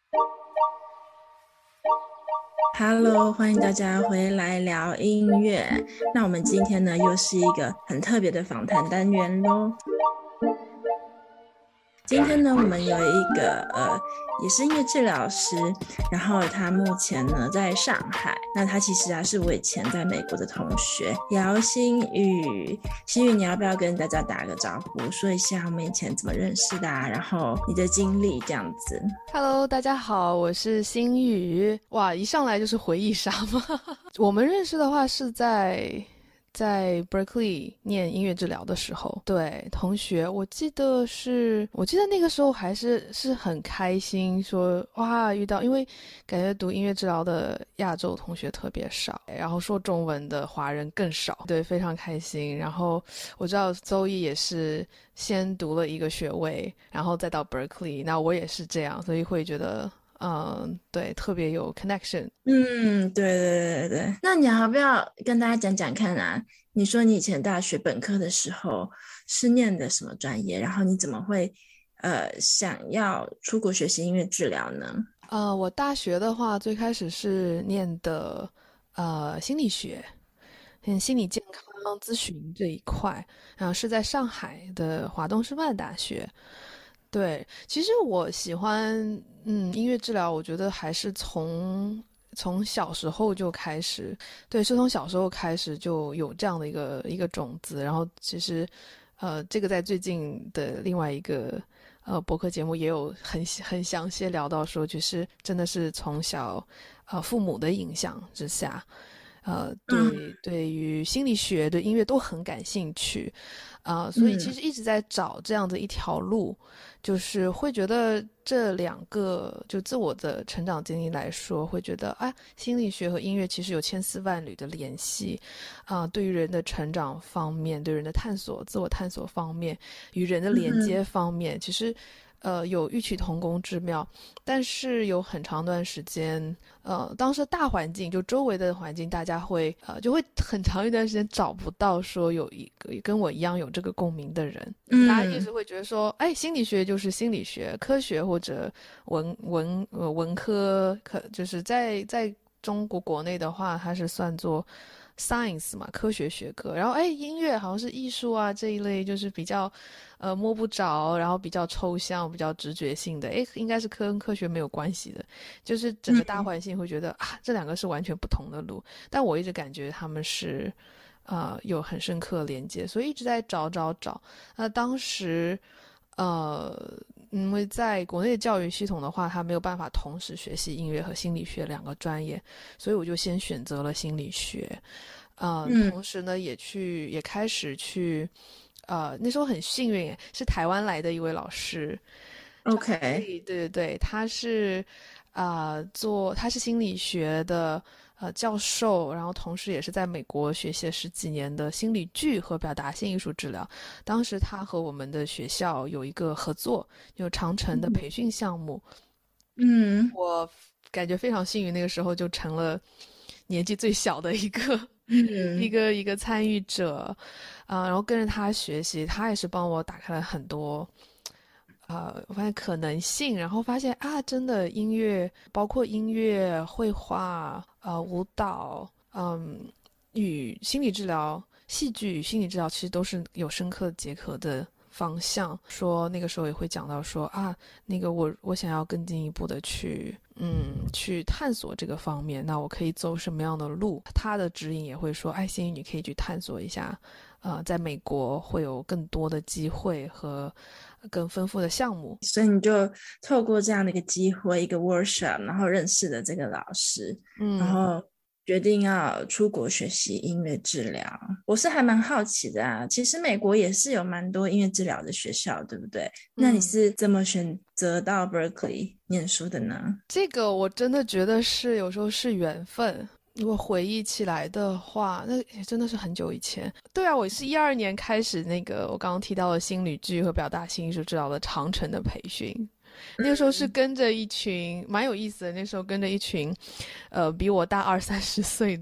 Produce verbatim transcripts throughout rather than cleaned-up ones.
Hello，欢迎大家回来聊音乐。那我们今天呢，又是一个很特别的访谈单元喽。今天呢，我们有一个呃，也是音乐治疗师，然后他目前呢在上海。那他其实啊是我以前在美国的同学，姚新宇。新宇，你要不要跟大家打个招呼，说一下我们以前怎么认识的啊？然后你的经历这样子。 Hello，大家好，我是新宇。哇，一上来就是回忆杀吗？我们认识的话是在在 Berkeley 念音乐治疗的时候，对，同学，我记得是，我记得那个时候还是是很开心说，哇，遇到，因为感觉读音乐治疗的亚洲同学特别少，然后说中文的华人更少，对，非常开心。然后我知道周一也是先读了一个学位，然后再到 Berkeley，那我也是这样，所以会觉得嗯，对，特别有 connection。 嗯，对对对对对。那你要不要跟大家讲讲看啊？你说你以前大学本科的时候是念的什么专业？然后你怎么会呃想要出国学习音乐治疗呢？ 呃，我大学的话，最开始是念的呃心理学，嗯，心理健康咨询这一块，然后是在上海的华东师范大学。对，其实我喜欢嗯音乐治疗，我觉得还是从从小时候就开始，对，是从小时候开始就有这样的一个一个种子，然后其实呃这个在最近的另外一个呃播客节目也有很很详细聊到说，就是真的是从小呃父母的影响之下。呃， 嗯对，对于心理学、对音乐都很感兴趣，啊、呃所以其嗯实一直在找这样的一条路，就是会觉得这两个就自我的成长经历来说，会觉得啊，心理学和音乐其实有千丝万缕的联系，啊、对于人的成长方面，对人的探索、自我探索方面，与人的连接嗯方面，其实。呃，有异曲同工之妙，但是有很长段时间，呃，当时大环境就周围的环境，大家会呃就会很长一段时间找不到说有一个跟我一样有这个共鸣的人，大家一嗯直会觉得说，哎，心理学就是心理学，科学或者文文呃文科，可就是在在中国国内的话，它是算作 science 嘛，科学学科。然后哎，音乐好像是艺术啊这一类，就是比较呃摸不着，然后比较抽象、比较直觉性的，哎，应该是科跟科学没有关系的。就是整个大嗯环境会觉得啊，这两个是完全不同的路。但我一直感觉他们是。呃，有很深刻的连接，所以一直在找找找。那当时，呃，因为在国内的教育系统的话，他没有办法同时学习音乐和心理学两个专业，所以我就先选择了心理学。呃， 嗯同时呢，也去也开始去，呃，那时候很幸运，是台湾来的一位老师，张 ，OK， 丽，对对对，他是，啊、做他是心理学的呃教授，然后同时也是在美国学习了十几年的心理剧和表达性艺术治疗。当时他和我们的学校有一个合作，有长城的培训项目， 嗯我感觉非常幸运，那个时候就成了年纪最小的一个一嗯个一个参与者，啊、然后跟着他学习，他也是帮我打开了很多。呃，我发现可能性，然后发现啊，真的音乐，包括音乐、绘画、呃，舞蹈，嗯，与心理治疗、戏剧与心理治疗其实都是有深刻结合的方向。说那个时候也会讲到说啊，那个我我想要更进一步的去，嗯，去探索这个方面，那我可以走什么样的路？他的指引也会说，哎，心怡，你可以去探索一下，呃，在美国会有更多的机会和更丰富的项目。 所以你就透过这样的一个机会，一个 workshop，然后认识了这个老师，然嗯后决定要出国学习音乐治疗。我是还蛮好奇的啊，其实美国也是有蛮多音乐治疗的学校，对不对？那你嗯， 是怎么选择到 Berkeley 念书的呢？ 这个我真的觉得是有时候是缘分。如果回忆起来的话，那也真的是很久以前。对啊，我是一二年开始那个我刚刚提到的心理剧和表达性艺术治疗的长城的培训，那个时候是跟着一群蛮有意思的，那时候跟着一群，呃，比我大二三十岁的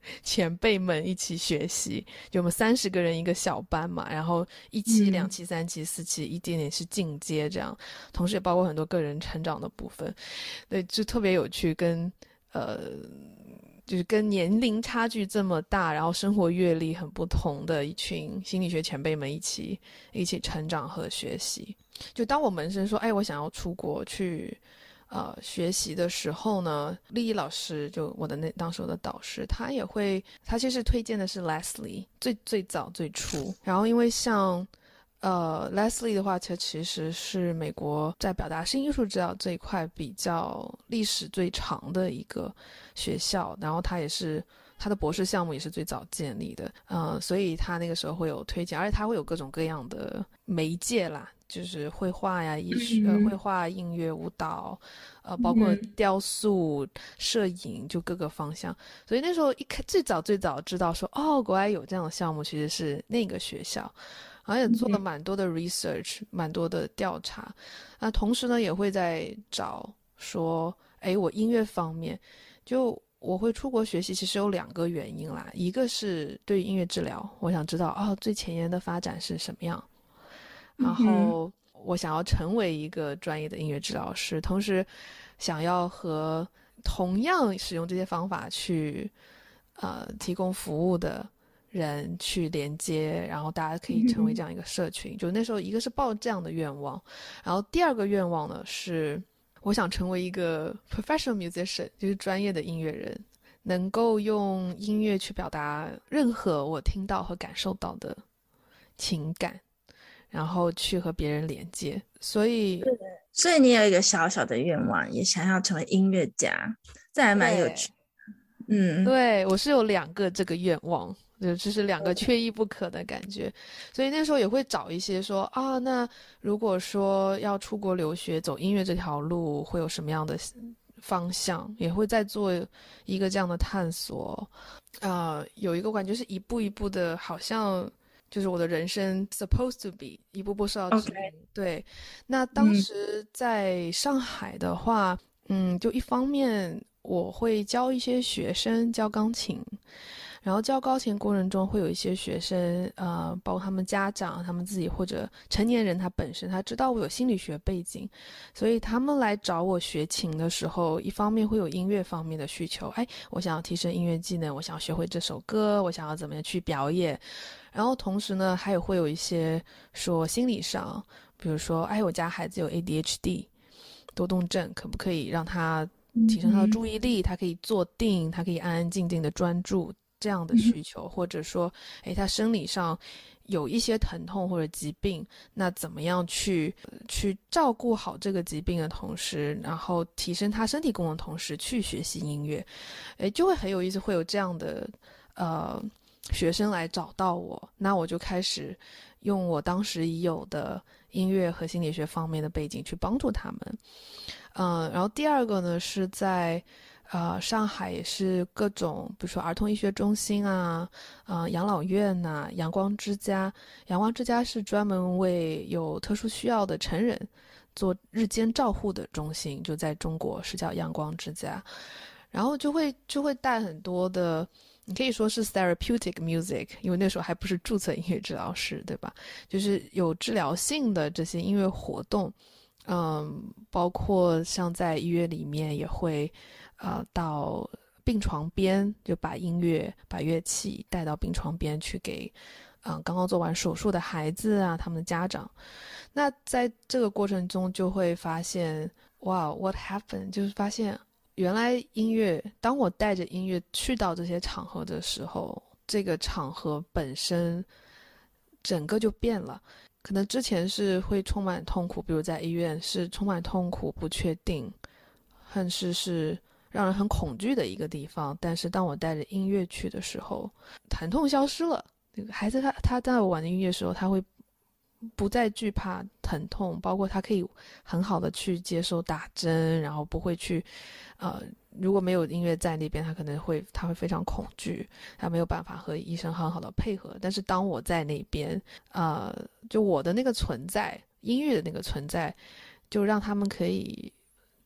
前辈们一起学习，就我们三十个人一个小班嘛，然后一期、 嗯两期、三期、四期，一点点是进阶这样，同时也包括很多个人成长的部分，对，就特别有趣，跟呃。就是跟年龄差距这么大，然后生活阅历很不同的一群心理学前辈们一起一起成长和学习。就当我萌生说，哎，我想要出国去呃学习的时候呢，丽丽老师就我的那当时我的导师，他也会，他其实推荐的是 Leslie 最最早最初，然后因为像。呃，Leslie 的话，它其实是美国在表达性艺术治疗这一块比较历史最长的一个学校，然后他也是他的博士项目也是最早建立的，呃，所以他那个时候会有推荐，而且他会有各种各样的媒介啦，就是绘画呀、艺术、呃、绘画、音乐、舞蹈，呃，包括雕塑、摄影，就各个方向。所以那时候一开最早最早知道说，哦，国外有这样的项目，其实是那个学校。然后也做了蛮多的 research，蛮多的调查，那同时呢也会在找说，哎，我音乐方面，就我会出国学习，其实有两个原因啦，一个是对于音乐治疗，我想知道哦最前沿的发展是什么样，然后我想要成为一个专业的音乐治疗师，同时想要和同样使用这些方法去呃提供服务的人去连接，然后大家可以成为这样一个社群。就那时候一个是抱这样的愿望，然后第二个愿望呢是我想成为一个 professional musician， 就是专业的音乐人，能够用音乐去表达任何我听到和感受到的情感，然后去和别人连接。所以所以你有一个小小的愿望，也想要成为音乐家，这还蛮有趣的。嗯， 对，我是有两个这个愿望，就就是两个缺一不可的感觉，所以那时候也会找一些说啊，那如果说要出国留学，走音乐这条路会有什么样的方向，也会再做一个这样的探索。呃，有一个感觉是一步一步的，好像就是我的人生 supposed to be 一步步受到指引。Okay. 对，那当时在上海的话，嗯，就一方面我会教一些学生教钢琴，然后教钢琴过程中会有一些学生，呃，包括他们家长、他们自己或者成年人，他本身他知道我有心理学背景，所以他们来找我学琴的时候，一方面会有音乐方面的需求，哎，我想要提升音乐技能，我想要学会这首歌，我想要怎么样去表演，然后同时呢，还有会有一些说心理上，比如说，哎，我家孩子有 A D H D 多动症，可不可以让他提升他的注意力，他可以坐定，他可以安安静静的专注，这样的需求，或者说诶他生理上有一些疼痛或者疾病，那怎么样去去照顾好这个疾病的同时，然后提升他身体功能的同时去学习音乐，诶就会很有意思，会有这样的呃学生来找到我，那我就开始用我当时已有的音乐和心理学方面的背景去帮助他们。嗯、呃，然后第二个呢是在呃上海也是各种比如说儿童医学中心啊，呃养老院呐、啊、阳光之家。阳光之家是专门为有特殊需要的成人做日间照护的中心，就在中国是叫阳光之家，然后就会就会带很多的，你可以说是 therapeutic music， 因为那时候还不是注册音乐治疗师，对吧？就是有治疗性的这些音乐活动，嗯，包括像在医院里面也会，呃，到病床边就把音乐、把乐器带到病床边去给，嗯、呃，刚刚做完手术的孩子啊，他们的家长。那在这个过程中就会发现，哇 ，what happened？ 就是发现原来音乐，当我带着音乐去到这些场合的时候，这个场合本身整个就变了。可能之前是会充满痛苦，比如在医院是充满痛苦、不确定，甚至是让人很恐惧的一个地方。但是当我带着音乐去的时候，疼痛消失了。那个孩子他他在我玩的音乐的时候，他会不再惧怕疼痛，包括他可以很好的去接受打针，然后不会去，呃，如果没有音乐在那边，他可能会他会非常恐惧，他没有办法和医生很好的配合。但是当我在那边，呃，就我的那个存在，音乐的那个存在，就让他们可以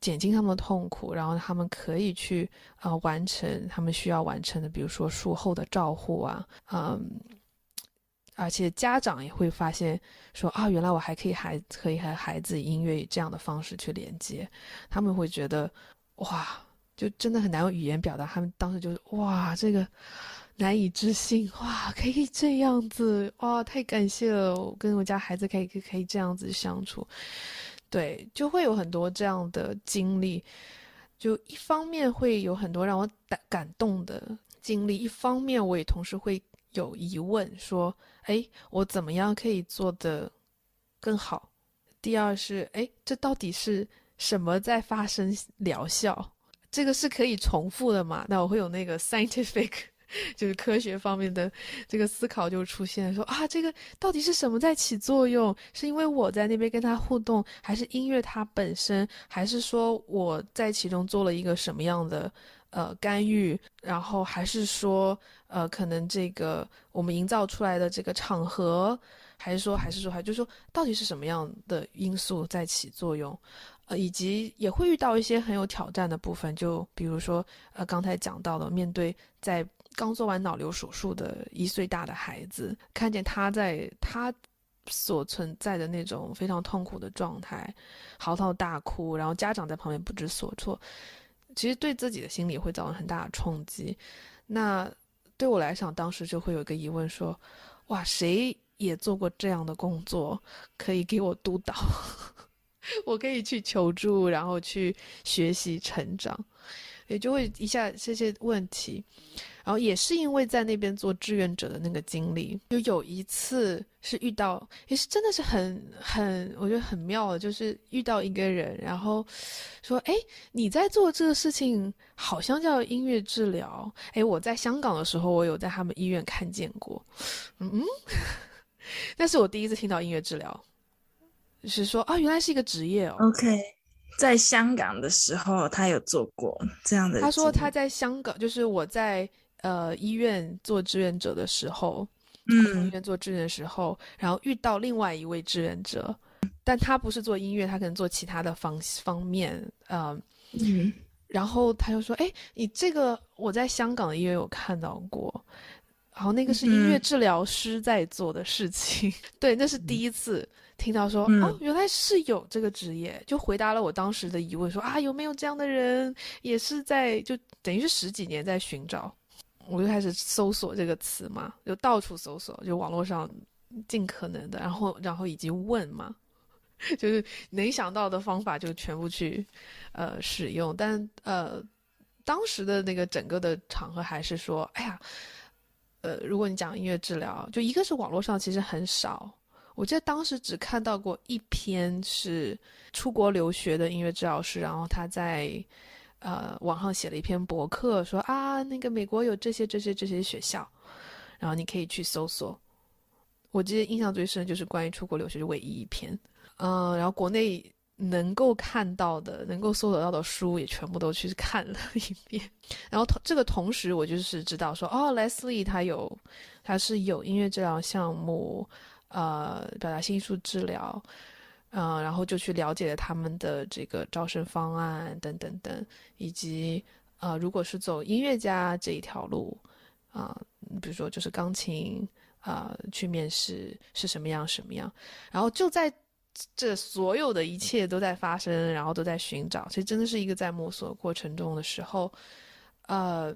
减轻他们的痛苦，然后他们可以去呃完成他们需要完成的，比如说术后的照护啊，嗯，而且家长也会发现说啊，原来我还可以孩可以和孩子以音乐以这样的方式去连接，他们会觉得哇，就真的很难用语言表达，他们当时就是哇，这个难以置信，哇，可以这样子，哇，太感谢了，我跟我家孩子可以可以可以这样子相处，对，就会有很多这样的经历，就一方面会有很多让我感感动的经历，一方面我也同时会有疑问，说，哎，我怎么样可以做得更好？第二是，哎，这到底是什么在发生疗效？这个是可以重复的嘛？那我会有那个 scientific 就是科学方面的这个思考就出现，说啊，这个到底是什么在起作用？是因为我在那边跟他互动，还是音乐它本身，还是说我在其中做了一个什么样的呃干预？然后还是说呃可能这个我们营造出来的这个场合，还是说还是说还就是说到底是什么样的因素在起作用？呃，以及也会遇到一些很有挑战的部分，就比如说呃刚才讲到的，面对在刚做完脑瘤手术的一岁大的孩子，看见他在他所存在的那种非常痛苦的状态，嚎啕大哭，然后家长在旁边不知所措，其实对自己的心理会造成很大的冲击。那对我来讲，当时就会有一个疑问说，哇，谁也做过这样的工作，可以给我督导？我可以去求助，然后去学习成长，也就会一下这些问题。然后也是因为在那边做志愿者的那个经历，就有一次是遇到，也是真的是很很，我觉得很妙的，就是遇到一个人，然后说，哎，你在做这个事情好像叫音乐治疗，哎，我在香港的时候，我有在他们医院看见过，嗯，但是我第一次听到音乐治疗。是说啊，原来是一个职业哦。 OK，在香港的时候，他有做过这样的他说他经历。 在香港，就是我在呃医院做志愿者的时候，儿童医嗯院做志愿的时候，然后遇到另外一位志愿者，但他不是做音乐，他可能做其他的方方面，呃， 嗯然后他就说，哎，你这个我在香港的医院有看到过，然后那个是音乐嗯治疗师在做的事情，对，那是第一次听到说，哦， 嗯原来是有这个职业，就回答了我当时的疑问，说啊，有没有这样的人，也是在就等于是十几年在寻找，我就开始搜索这个词嘛，就到处搜索，就网络上尽可能的，然后然后以及问嘛，就是能想到的方法就全部去呃使用，但呃当时的那个整个的场合还是说，哎呀。呃，如果你讲音乐治疗，就一个是网络上其实很少，我记得当时只看到过一篇是出国留学的音乐治疗师，然后他在呃网上写了一篇博客，说啊，那个美国有这些这些这些学校，然后你可以去搜索。我记得印象最深的就是关于出国留学的唯一一篇，嗯、呃，然后国内能够看到的、能够搜得到的书也全部都去看了一遍。然后同这个同时，我就是知道说，哦，Leslie 他有，他是有音乐治疗项目，呃，表达性艺术治疗，嗯、呃，然后就去了解了他们的这个招生方案等等等，以及呃，如果是走音乐家这一条路，啊、呃，比如说就是钢琴，啊、呃，去面试是什么样什么样，然后就在。这所有的一切都在发生，然后都在寻找，其实真的是一个在摸索过程中的时候，呃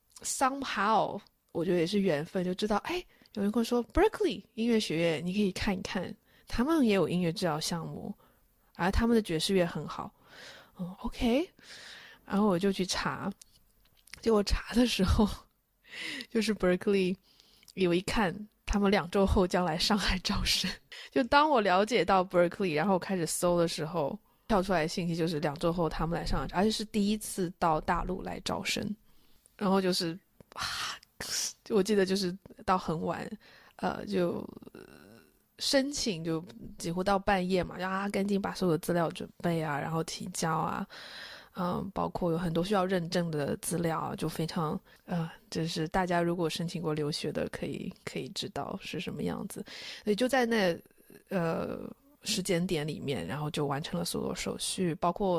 ，somehow 我觉得也是缘分，就知道，哎，有人会说 Berkeley 音乐学院，你可以看一看，他们也有音乐治疗项目，而他们的爵士乐很好，嗯，OK，然后我就去查，结果查的时候，就是 Berkeley，有一看，他们两周后将来上海招生。就当我了解到 Berkeley， 然后开始搜的时候，跳出来的信息就是两周后他们来上海，而且是第一次到大陆来招生。然后就是啊，我记得就是到很晚，呃，就申请就几乎到半夜嘛，要啊赶紧把所有的资料准备啊，然后提交啊。嗯，包括有很多需要认证的资料啊，就非常呃，就是大家如果申请过留学的，可以可以知道是什么样子。所以就在那呃时间点里面，然后就完成了所有手续，包括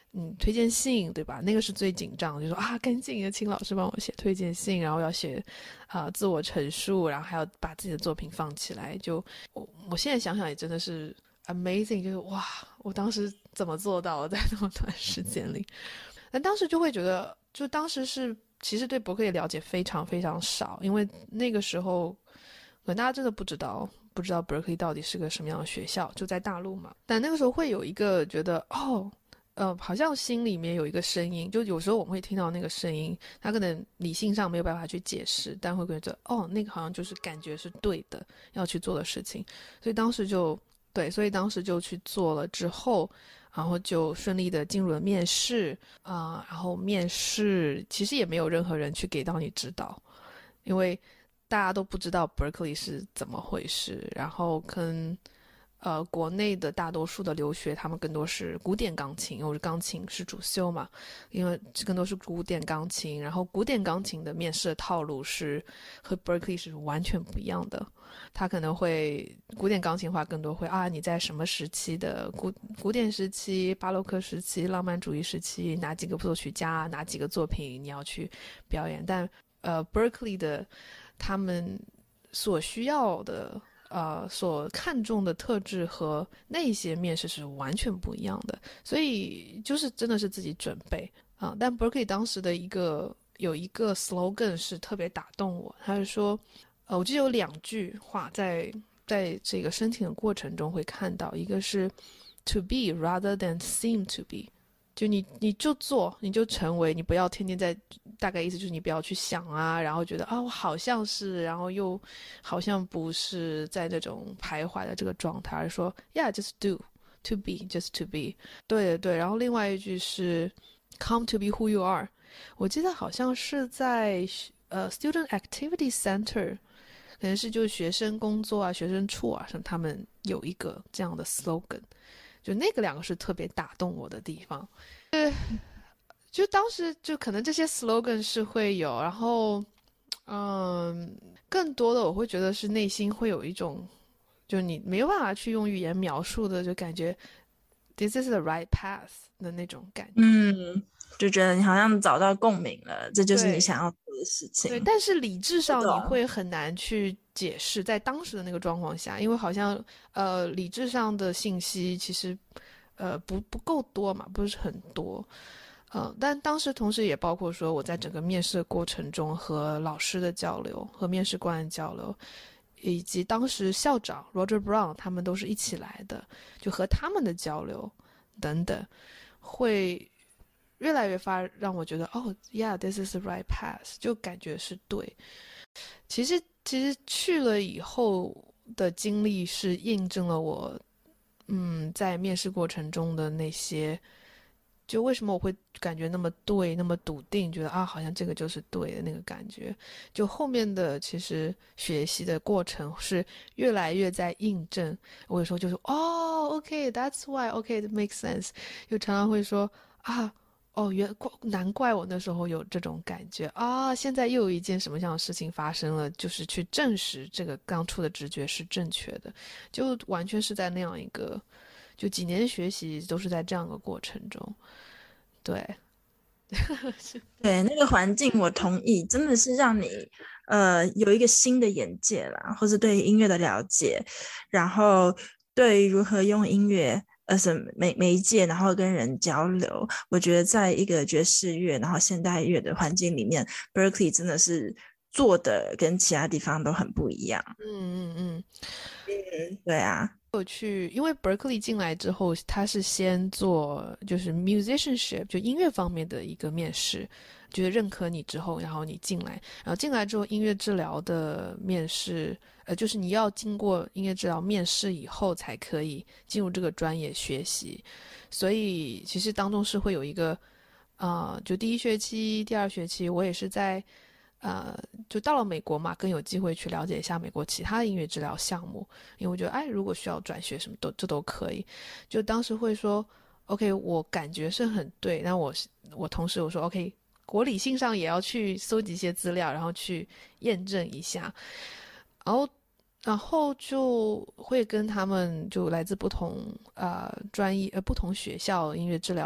嗯，推荐信，对吧？那个是最紧张，就说啊，赶紧请老师帮我写推荐信，然后要写啊、呃、自我陈述，然后还要把自己的作品放起来。就我我现在想想也真的是 amazing，就是哇，我当时怎么做到的，在那么短时间里？但当时就会觉得，就当时是其实对伯克利了解非常非常少，因为那个时候可能大家真的不知道。不知道伯克利到底是个什么样的学校，就在大陆嘛。但那个时候会有一个觉得，哦，呃，好像心里面有一个声音，就有时候我们会听到那个声音，他可能理性上没有办法去解释，但会觉得，哦，那个好像就是感觉是对的，要去做的事情。所以当时就对，所以当时就去做了之后，然后就顺利的进入了面试啊、呃，然后面试其实也没有任何人去给到你指导，因为大家都不知道 Berkeley 是怎么回事，然后跟呃国内的大多数的留学，他们更多是古典钢琴，因为我是钢琴是主修嘛，因为更多是古典钢琴，然后古典钢琴的面试的套路是和 Berkeley 是完全不一样的。他可能会古典钢琴话更多会啊，你在什么时期的古古典时期、巴洛克时期、浪漫主义时期，哪几个作曲家、哪几个作品你要去表演？但呃 Berkeley 的他们所需要的呃所看重的特质和那些面试是完全不一样的，所以就是真的是自己准备啊、呃。但 Berkeley 当时的一个有一个 slogan 是特别打动我，他是说，呃，我记得有两句话在在这个申请的过程中会看到，一个是 to be rather than seem to be。就你你就做，你就成为，你不要天天在，大概意思就是你不要去想啊，然后觉得啊我好像是，然后又好像不是，在那种徘徊的这个状态，而是说 yeah just do to be just to be。 对对对，然后另外一句是 come to be who you are。 我记得好像是在呃 student activity center， 可能是就是学生工作啊学生处啊什么，他们有一个这样的 slogan，就那个两个是特别打动我的地方。呃，就当时就可能这些 slogan 是会有，然后，嗯，更多的我会觉得是内心会有一种，就你没有办法去用语言描述的，就感觉 this is the right path 的那种感觉。 嗯，就觉得你好像找到共鸣了，这就是你对， 想要做的事对， 情。 但是理智我懂。 上你会很难去解释，在当时的那个状况下，因为好像呃理智上的信息其实呃不不够多嘛，不是很多。呃，但当时同时也包括说我在整个面试的过程中和老师的交流，和面试官的交流，以及当时校长 Roger Brown 他们都是一起来的，就和他们的交流等等，会越来越发让我觉得，哦，yeah，this is the right path，就感觉是对。其实，其实去了以后的经历是印证了我，嗯，在面试过程中的那些，就为什么我会感觉那么对，那么笃定，觉得啊，好像这个就是对的那个感觉。就后面的其实学习的过程是越来越在印证。我有时候就是哦，OK，that's why，OK，it makes sense。又常常会说啊。哦，原怪难怪我那时候有这种感觉啊！现在又有一件什么样的事情发生了，就是去证实这个刚出的直觉是正确的，就完全是在那样一个，就几年学习都是在这样一个过程中，对， 对，那个环境我同意，真的是让你呃有一个新的眼界啦，或是对音乐的了解，然后对于如何用音乐呃什么媒媒介，然后跟人交流，我觉得在一个爵士乐然后现代乐的环境里面，Berkeley 真的是做的跟其他地方都很不一样。 嗯嗯嗯。 嗯，对啊。 我去，因为 Berkeley 进来之后，他是先做就是 musicianship 就音乐方面的一个面试，就是认可你之后，然后你进来，然后进来之后音乐治疗的面试，呃，就是你要经过音乐治疗面试以后才可以进入这个专业学习，所以其实当中是会有一个，呃，就第一学期、第二学期，我也是在。呃，就到了美国嘛，更有机会去了解一下美国其他的音乐治疗项目，因为我觉得，哎，如果需要转学什么都这都可以。就当时会说，OK，我感觉是很对，那我我同时我说，OK，我理性上也要去搜集一些资料，然后去验证一下，然后然后就会跟他们就来自不同呃专业呃不同学校音乐治疗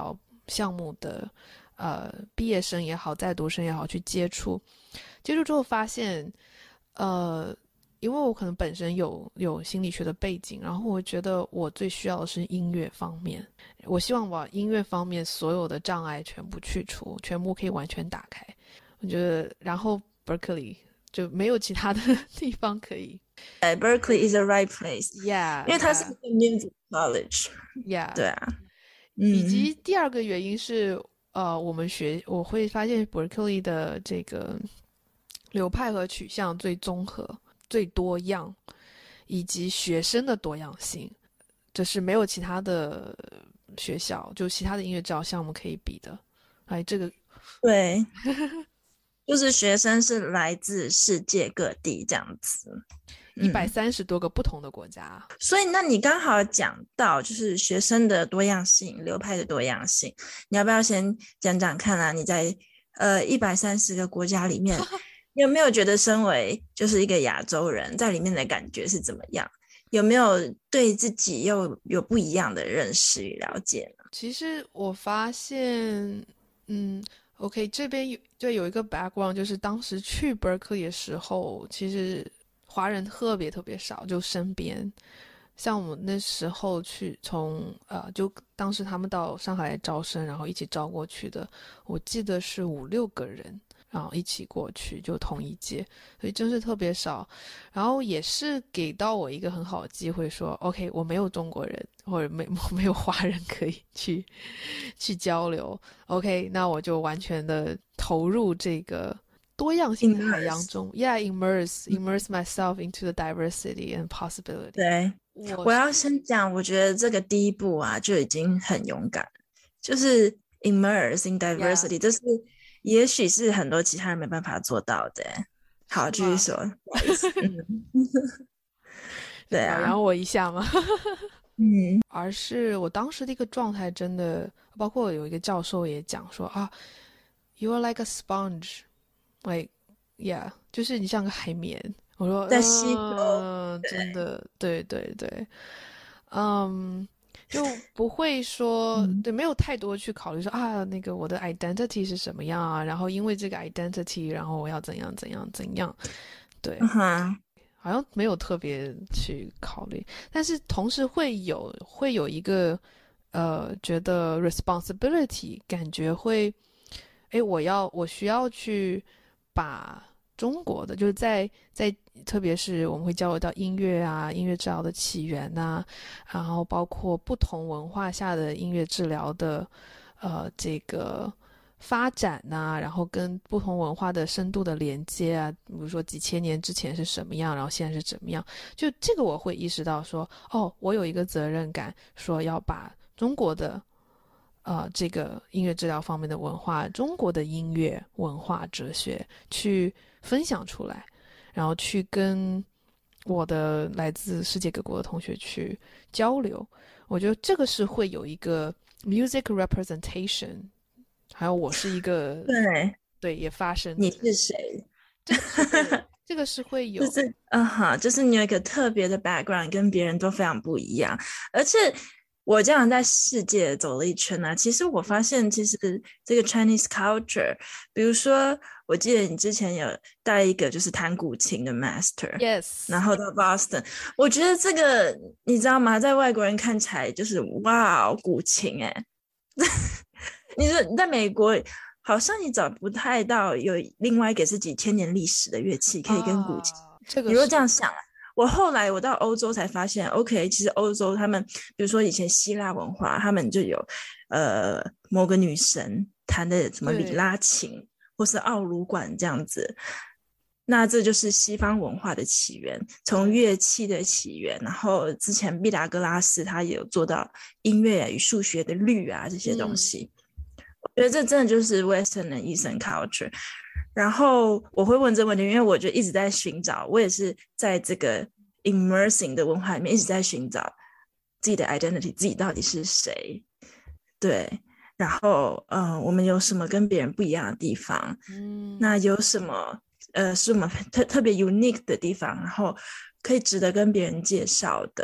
项目的呃毕业生也好，在读生也好去接触，接触之后发现，呃，因为我可能本身有有心理学的背景，然后我觉得我最需要的是音乐方面，我希望把音乐方面所有的障碍全部去除，全部可以完全打开。我觉得，然后 Berkeley 就没有其他的地方可以。 对 Berkeley is the right place， Yeah， 因为它是一个 music college。 yeah， 对啊， 以嗯， 及第二个原因是，呃，我们学我会发现 Berkeley 的这个流派和取向最综合、最多样，以及学生的多样性，这是没有其他的学校就其他的音乐治疗项目可以比的。哎，这个对，就是学生是来自世界各地这样子。 一百三十多个不同的国家， 嗯，所以那你刚好讲到就是学生的多样性、流派的多样性，你要不要先讲讲看啊？你在呃一百三十个国家里面，你有没有觉得身为就是一个亚洲人在里面的感觉是怎么样？有没有对自己又有不一样的认识与了解呢？ 其实我发现，嗯，OK，这边有就有一个 background，就是当时去 Berkeley 的时候，其实华人特别特别少，就身边，像我们那时候去从呃，就当时他们到上海来招生，然后一起招过去的，我记得是五六个人，然后一起过去，就同一届，所以真是特别少。然后也是给到我一个很好的机会说，OK，我没有中国人或者没没有华人可以去去交流，OK，那我就完全的投入这个多样性的海洋中 ，Yeah, immerse immerse myself into the diversity and possibility。 对， 我我要先讲，我觉得这个第一步啊就已经很勇敢，就是 immerse in diversity， Yeah， 这是也许是很多其他人没办法做到的。好，继续说，不好意思，嗯，对啊， 表扬我一下嘛。 嗯， 而是我当时的一个状态真的，包括有一个教授也讲说啊，You are like a sponge，like yeah，就是你像个海绵。我说在吸收， 嗯，真的，对对对，嗯，就不会说嗯， 对，没有太多去考虑说啊，那个我的 identity 是什么样啊，然后因为这个 identity，然后我要怎样怎样怎样，对。 嗯哼， 好像没有特别去考虑，但是同时会有会有一个呃，觉得 responsibility，感觉会，诶，我要我需要去把中国的，就是在在特别是我们会交流到音乐啊、音乐治疗的起源呐、然后包括不同文化下的音乐治疗的呃这个。发展呐、然后跟不同文化的深度的连接啊，比如说几千年之前是什么样，然后现在是怎么样，就这个我会意识到说，哦，我有一个责任感，说要把中国的呃这个音乐治疗方面的文化，中国的音乐文化哲学去分享出来，然后去跟我的来自世界各国的同学去交流，我觉得这个是会有一个 music representation。还有我是一个对， 对也发生你的， 是谁？ 这个是会这个是会有， 就是嗯哈，就是你有一个特别的 background，跟别人都非常不一样。而且我这样在世界走了一圈呢、啊，其实我发现，其实这个 Chinese culture，比如说，我记得你之前有带一个就是弹古琴的 master， yes， 然后到 Boston， 我觉得这个你知道吗？在外国人看起来就是哇，古琴哎，你说你在美国。好像你找不太到有另外一个是几千年历史的乐器可以跟古琴。 啊，这你如果个是这样想啊，我后来我到欧洲才发现 ，OK， 其实欧洲他们，比如说以前希腊文化，他们就有呃某个女神弹的什么里拉琴或是奥卢管这样子。那这就是西方文化的起源，从乐器的起源，然后之前毕达哥拉斯他也有做到音乐与数学的律啊这些东西。嗯，我觉得这真的就是 Western 的 Eastern culture。然后我会问这个问题，因为我就一直在寻找，我也是在这个 immersing 的文化里面一直在寻找自己的 identity， 自己到底是谁。对，然后呃，我们有什么跟别人不一样的地方？嗯，那有什么呃是我们特特别 unique 的地方，然后可以值得跟别人介绍的。嗯，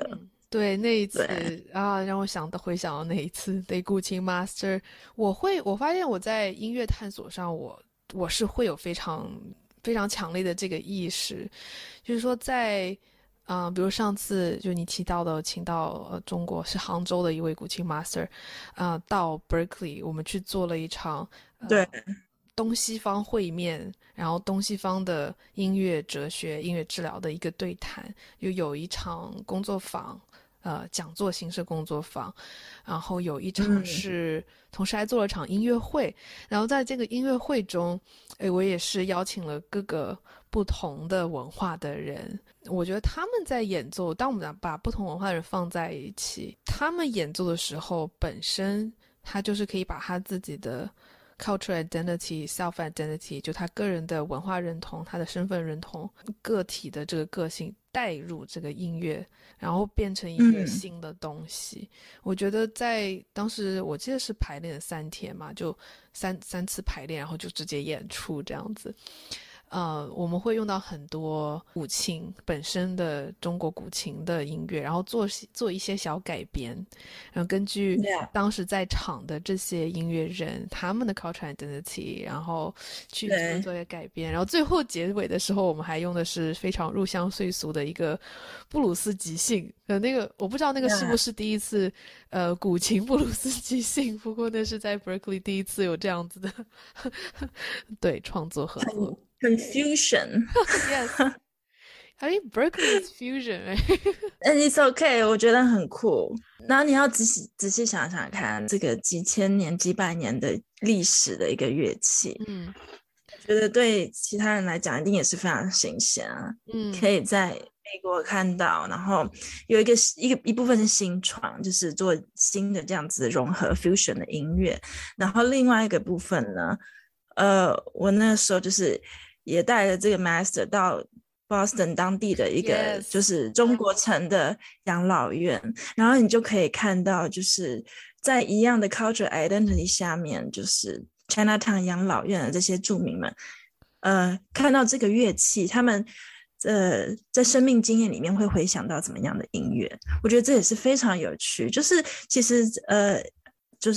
对，那一次对啊，让我想到回想到那一次，对，古琴 master，我会，我发现我在音乐探索上，我我是会有非常非常强烈的这个意识，就是说在，啊、呃比如上次就你提到的，请到呃中国是杭州的一位古琴 master，啊、呃到 Berkeley，我们去做了一场对， 东西方会面，然后东西方的音乐哲学、音乐治疗的一个对谈，又有一场工作坊，呃，讲座形式工作坊，然后有一场嗯， 是，同时还做了场音乐会，然后在这个音乐会中，诶，我也是邀请了各个不同的文化的人，我觉得他们在演奏，当我们把不同文化的人放在一起，他们演奏的时候，本身他就是可以把他自己的cultural identity, self identity，就他个人的文化认同、他的身份认同、个体的这个个性带入这个音乐，然后变成一个嗯， 新的东西。我觉得在当时我记得是排练了三天嘛，就三三次排练，然后就直接演出这样子。呃，我们会用到很多古琴本身的中国古琴的音乐，然后做做一些小改编，然后根据对啊， 当时在场的这些音乐人他们的 cultural identity，然后去做对， 做一些改编，然后最后结尾的时候，我们还用的是非常入乡随俗的一个布鲁斯即兴，呃，那个我不知道那个是不那是第一次，呃，古琴布鲁斯即兴，不过那是在 Berkeley 第一次有这样子的对创作合作。 confusion。 Yes, I think Berkeley is fusion, right? 嗯，it's okay，我觉得很酷。然后你要仔细仔细想想看，这个几千年、几百年的历史的一个乐器， 嗯我觉得对其他人来讲一定也是非常新鲜啊。 嗯可以在美国看到，然后有一个一个一部分是新创，就是做新的这样子融合 fusion 的音乐，然后另外一个部分呢，呃，我那时候就是也带了这个 master 到 Boston 当地的一个就 ，Yes， 是中国城的养老院，然后你就可以看到，就是在一样的 cultural identity 下面，就是 Chinatown 养老院的这些住民们，呃，看到这个乐器，他们呃在生命经验里面会回想到怎么样的音乐，我觉得这也是非常有趣。就是其实呃，就是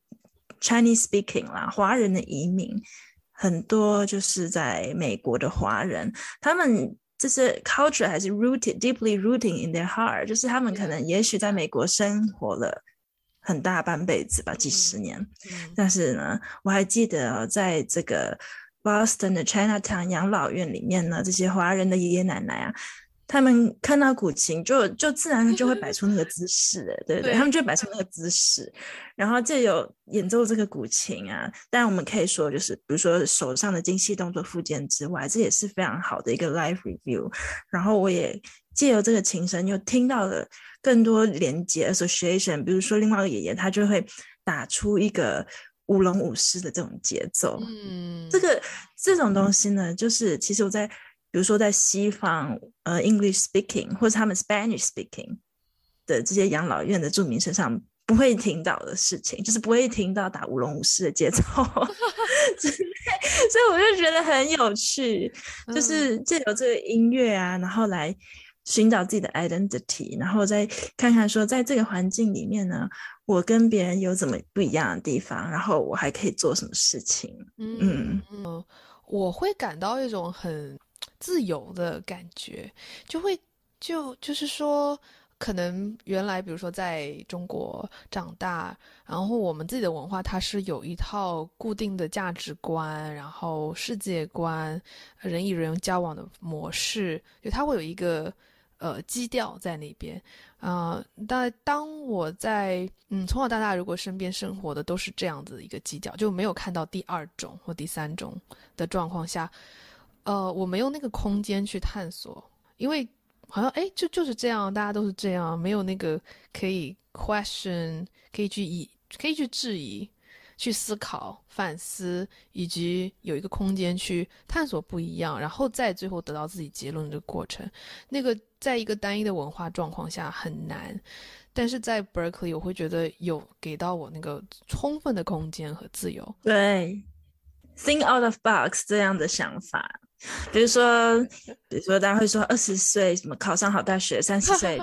Chinese speaking 啦，华人的移民很多就是在美国的华人，他们这些 culture 还是 rooted deeply rooting in their heart，就是他们可能也许在美国生活了很大半辈子吧，几十嗯年。 嗯但是呢，我还记得、哦、在这个 Boston 的 Chinatown 养老院里面呢，这些华人的爷爷奶奶啊，他们看到古琴就就自然就会摆出那个姿势，对不对？他们对， 就会摆出那个姿势，然后就有演奏这个古琴啊。当然，我们可以说，就是比如说手上的精细动作附件之外，这也是非常好的一个 live review。然后我也借由这个琴声，又听到了更多连接 association。比如说，另外一个爷爷他就会打出一个舞龙舞狮的这种节奏。这嗯个这种东西呢，就是其实我在比如说在西方呃 English speaking 或者他们 Spanish speaking 的这些养老院的住民身上不会听到的事情，就是不会听到打舞龙舞狮的节奏，所以我就觉得很有趣，就嗯是借由这个音乐啊，然后来寻找自己的 identity，然后再看看说在这个环境里面呢，我跟别人有怎么不一样的地方，然后我还可以做什么事情。 嗯嗯， 嗯，我会感到一种很自由的感觉，就会就就是说，可能原来比如说在中国长大，然后我们自己的文化它是有一套固定的价值观，然后世界观，人与人交往的模式，就它会有一个呃基调在那边。啊、呃，但当我在嗯从小到大，如果身边生活的都是这样子的一个基调，就没有看到第二种或第三种的状况下，呃，我没有那个空间去探索，因为好像哎，就就是这样，大家都是这样，没有那个可以 question，可以去疑，可以去质疑，去思考、反思，以及有一个空间去探索不一样，然后再最后得到自己结论的这个过程，那个在一个单一的文化状况下很难。但是在 Berkeley，我会觉得有给到我那个充分的空间和自由。 对，think out of box 这样的想法。比如说，比如说大家会说二十岁什么考上好大学，三十岁结婚生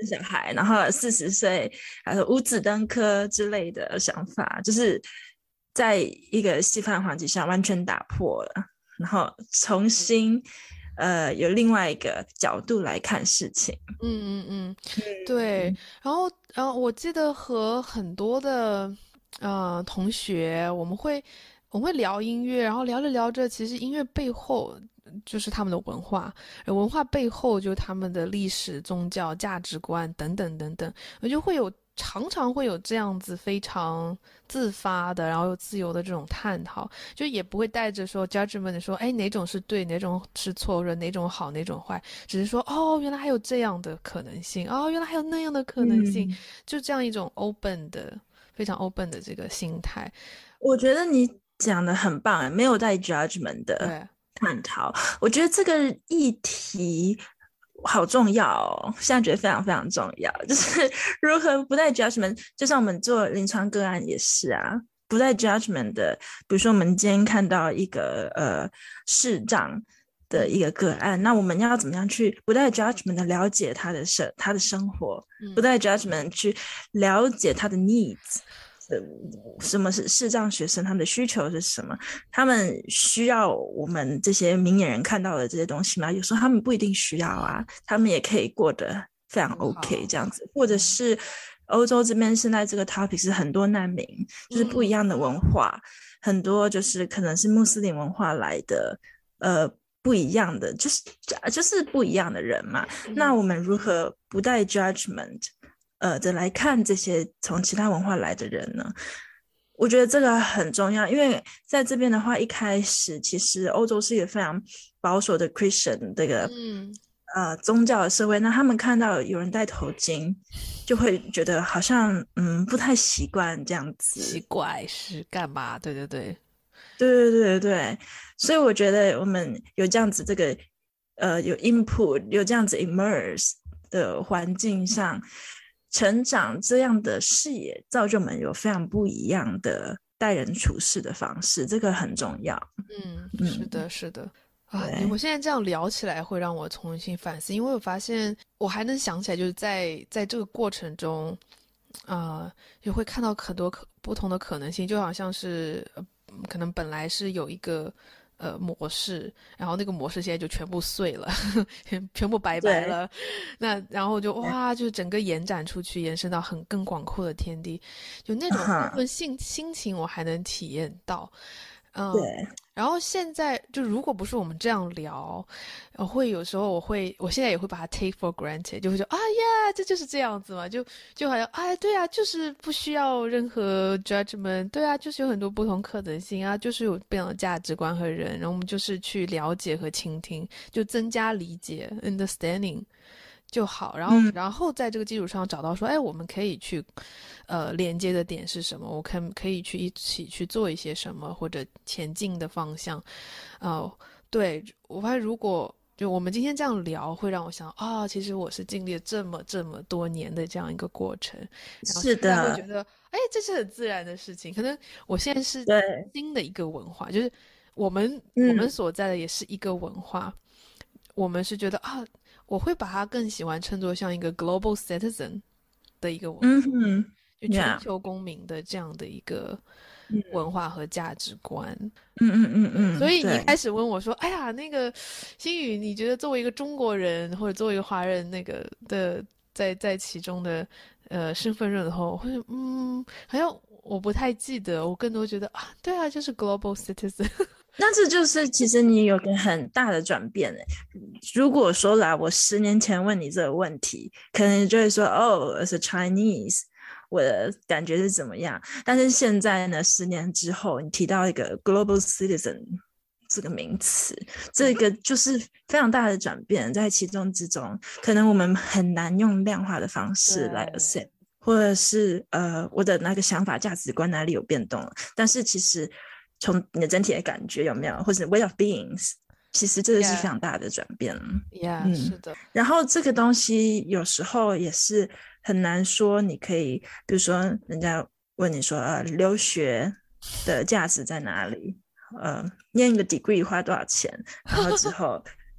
生小孩，然后四十岁还有五子登科之类的想法，就是在一个西方环境下完全打破了，然后重新呃有另外一个角度来看事情。 嗯嗯嗯，对。然后，然后我记得和很多的呃同学，我们会我们会聊音乐，然后聊着聊着，其实音乐背后就是他们的文化，而文化背后就是他们的历史、宗教、价值观等等等等，我就会有常常会有这样子非常自发的，然后又自由的这种探讨，就也不会带着说 judgment 的说，哎，哪种是对，哪种是错，或者哪种好，哪种坏，只是说，哦，原来还有这样的可能性，哦，原来还有那样的可能性， 嗯， 就这样一种 open 的，非常 open 的这个心态。 我觉得你讲的很棒，没有带 judgment 的对， 探讨。我觉得这个议题好重要哦，现在觉得非常非常重要，就是如何不带 judgment。就像我们做临床个案也是啊，不带 judgment 的。比如说，我们今天看到一个呃视障的一个个案，那我们要怎么样去不带 judgment 的了解他的生他的生活，不带 judgment 去了解他的 needs。什么是视障学生，他们的需求是什么？他们需要我们这些明眼人看到的这些东西吗？有时候他们不一定需要啊，他们也可以过得非常 OK 这样子。或者是欧洲这边现在这个 topic 是很多难民，就是不一样的文化，很多就是可能是穆斯林文化来的，呃。不一样的，就是就是不一样的人嘛。那我们如何不带 judgment，呃的来看这些从其他文化来的人呢？我觉得这个很重要，因为在这边的话，一开始其实欧洲是一个非常保守的 Christian 这个、 嗯， 呃宗教的社会，那他们看到有人戴头巾，就会觉得好像嗯不太习惯这样奇子。 怪是干嘛？对对对， 对对对对，所以我觉得我们有这样子这个呃有 input 有这样子 immerse 的环境上成长，这样的视野造就我们有非常不一样的待人处事的方式，这个很重要。 嗯，是嗯， 的，是的。啊，你对我现在这样聊起来，会让我重新反思，因为我发现我还能想起来，就是在在这个过程中，啊、也会看到很多可不同的可能性，就好像是呃可能本来是有一个呃模式，然后那个模式现在就全部碎了，全部拜拜对， 了，那然后就哇，就整个延展出去，延伸到很更广阔的天地，就那种那哈， 份心心情我还能体验到。嗯， 对， 然后现在就如果不是我们这样聊，我会有时候我会，我现在也会把它 take for granted，就会说啊呀，这就是这样子嘛，就就好像哎，对啊，就是不需要任何 judgment，对啊，就是有很多不同可能性啊，就是有不同的价值观和人，然后我们就是去了解和倾听，就增加理解 understanding。就好，然后嗯然后在这个基础上找到说，哎，我们可以去，呃，连接的点是什么？我可可以去一起去做一些什么，或者前进的方向。呃，对，我发现如果就我们今天这样聊，会让我想啊、哦，其实我是经历了这么这么多年的这样一个过程，然后是现在会觉的， 得，哎，这是很自然的事情。可能我现在是对， 新的一个文化，就是我们我们嗯所在的也是一个文化，我们是觉得啊。我会把它更喜欢称作像一个 global citizen 的一个文化， 嗯哼就全 ，yeah， 球公民的这样的一个嗯文化和价值观。 嗯嗯嗯对，所嗯，对。 以你开始问我说：“哎呀，那个心宇，你觉得作为一个中国人或者作为一个华人，那个的在在其中的呃身份认同，或者嗯，好像我不太记得，我更多觉得啊，对啊，就是 global citizen。 那这就是其实你有个很大的转变诶。如果说啦，我十年前问你这个问题，可能你就会说哦，as a Chinese，我的感觉是怎么样？但是现在呢，十年之后，你提到一个 global citizen 这个名词，这嗯个就是非常大的转变，在其中之中，可能我们很难用量化的方式来对 accept。或者是呃我的那个想法价值观哪里有变动了，但是其实从你的整体的感觉有没有，或者 way of beings，其实这个是非常大的转变。 ，yeah，yeah， 嗯， 是的， 然后这个东西有时候也是很难说，你可以比如说人家问你说呃留学的价值在哪里，呃念一个 degree 花多少钱，然后之后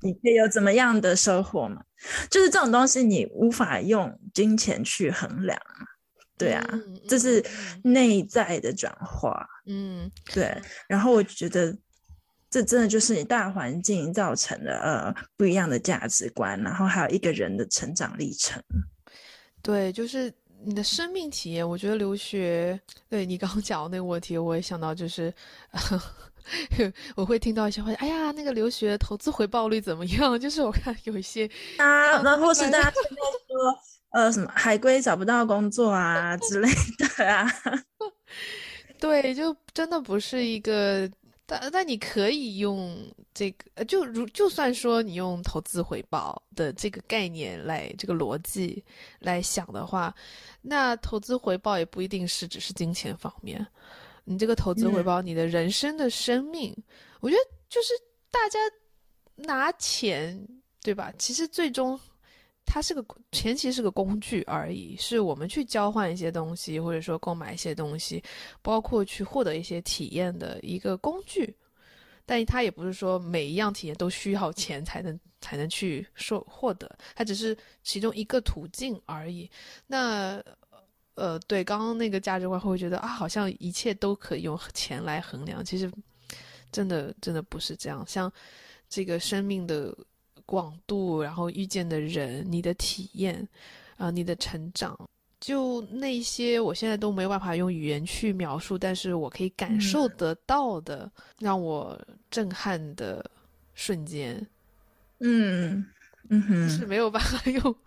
你可以有怎么样的收获嘛？就是这种东西你无法用金钱去衡量。对啊， 嗯这是嗯内在的转化。 嗯， 对，然后我觉得这真的就是你大环境造成的呃不一样的价值观，然后还有一个人的成长历程。 对，就是你的生命体验。我觉得留学，对你刚刚讲的那个问题，我也想到，就是我会听到一些话，哎呀，那个留学投资回报率怎么样？就是我看有一些啊， 啊， 那他们来的或是大家现在说呃什么海归找不到工作啊之类的啊。 对，就真的不是一个，但但你可以用这个，呃就如就算说你用投资回报的这个概念来这个逻辑来想的话，那投资回报也不一定是只是金钱方面，你这个投资回嗯报，你的人生的生命，我觉得就是大家拿钱，对吧？其实最终它是个钱，其实是个工具而已，是我们去交换一些东西，或者说购买一些东西，包括去获得一些体验的一个工具。但它也不是说每一样体验都需要钱才能才能去受获得，它只是其中一个途径而已。那呃，对，刚刚那个价值观会觉得啊，好像一切都可以用钱来衡量，其实真的真的不是这样。像这个生命的广度，然后遇见的人，你的体验，啊、呃你的成长，就那些我现在都没有办法用语言去描述，但是我可以感嗯受得到的，让我震撼的瞬间， 嗯嗯哼。 是没有办法用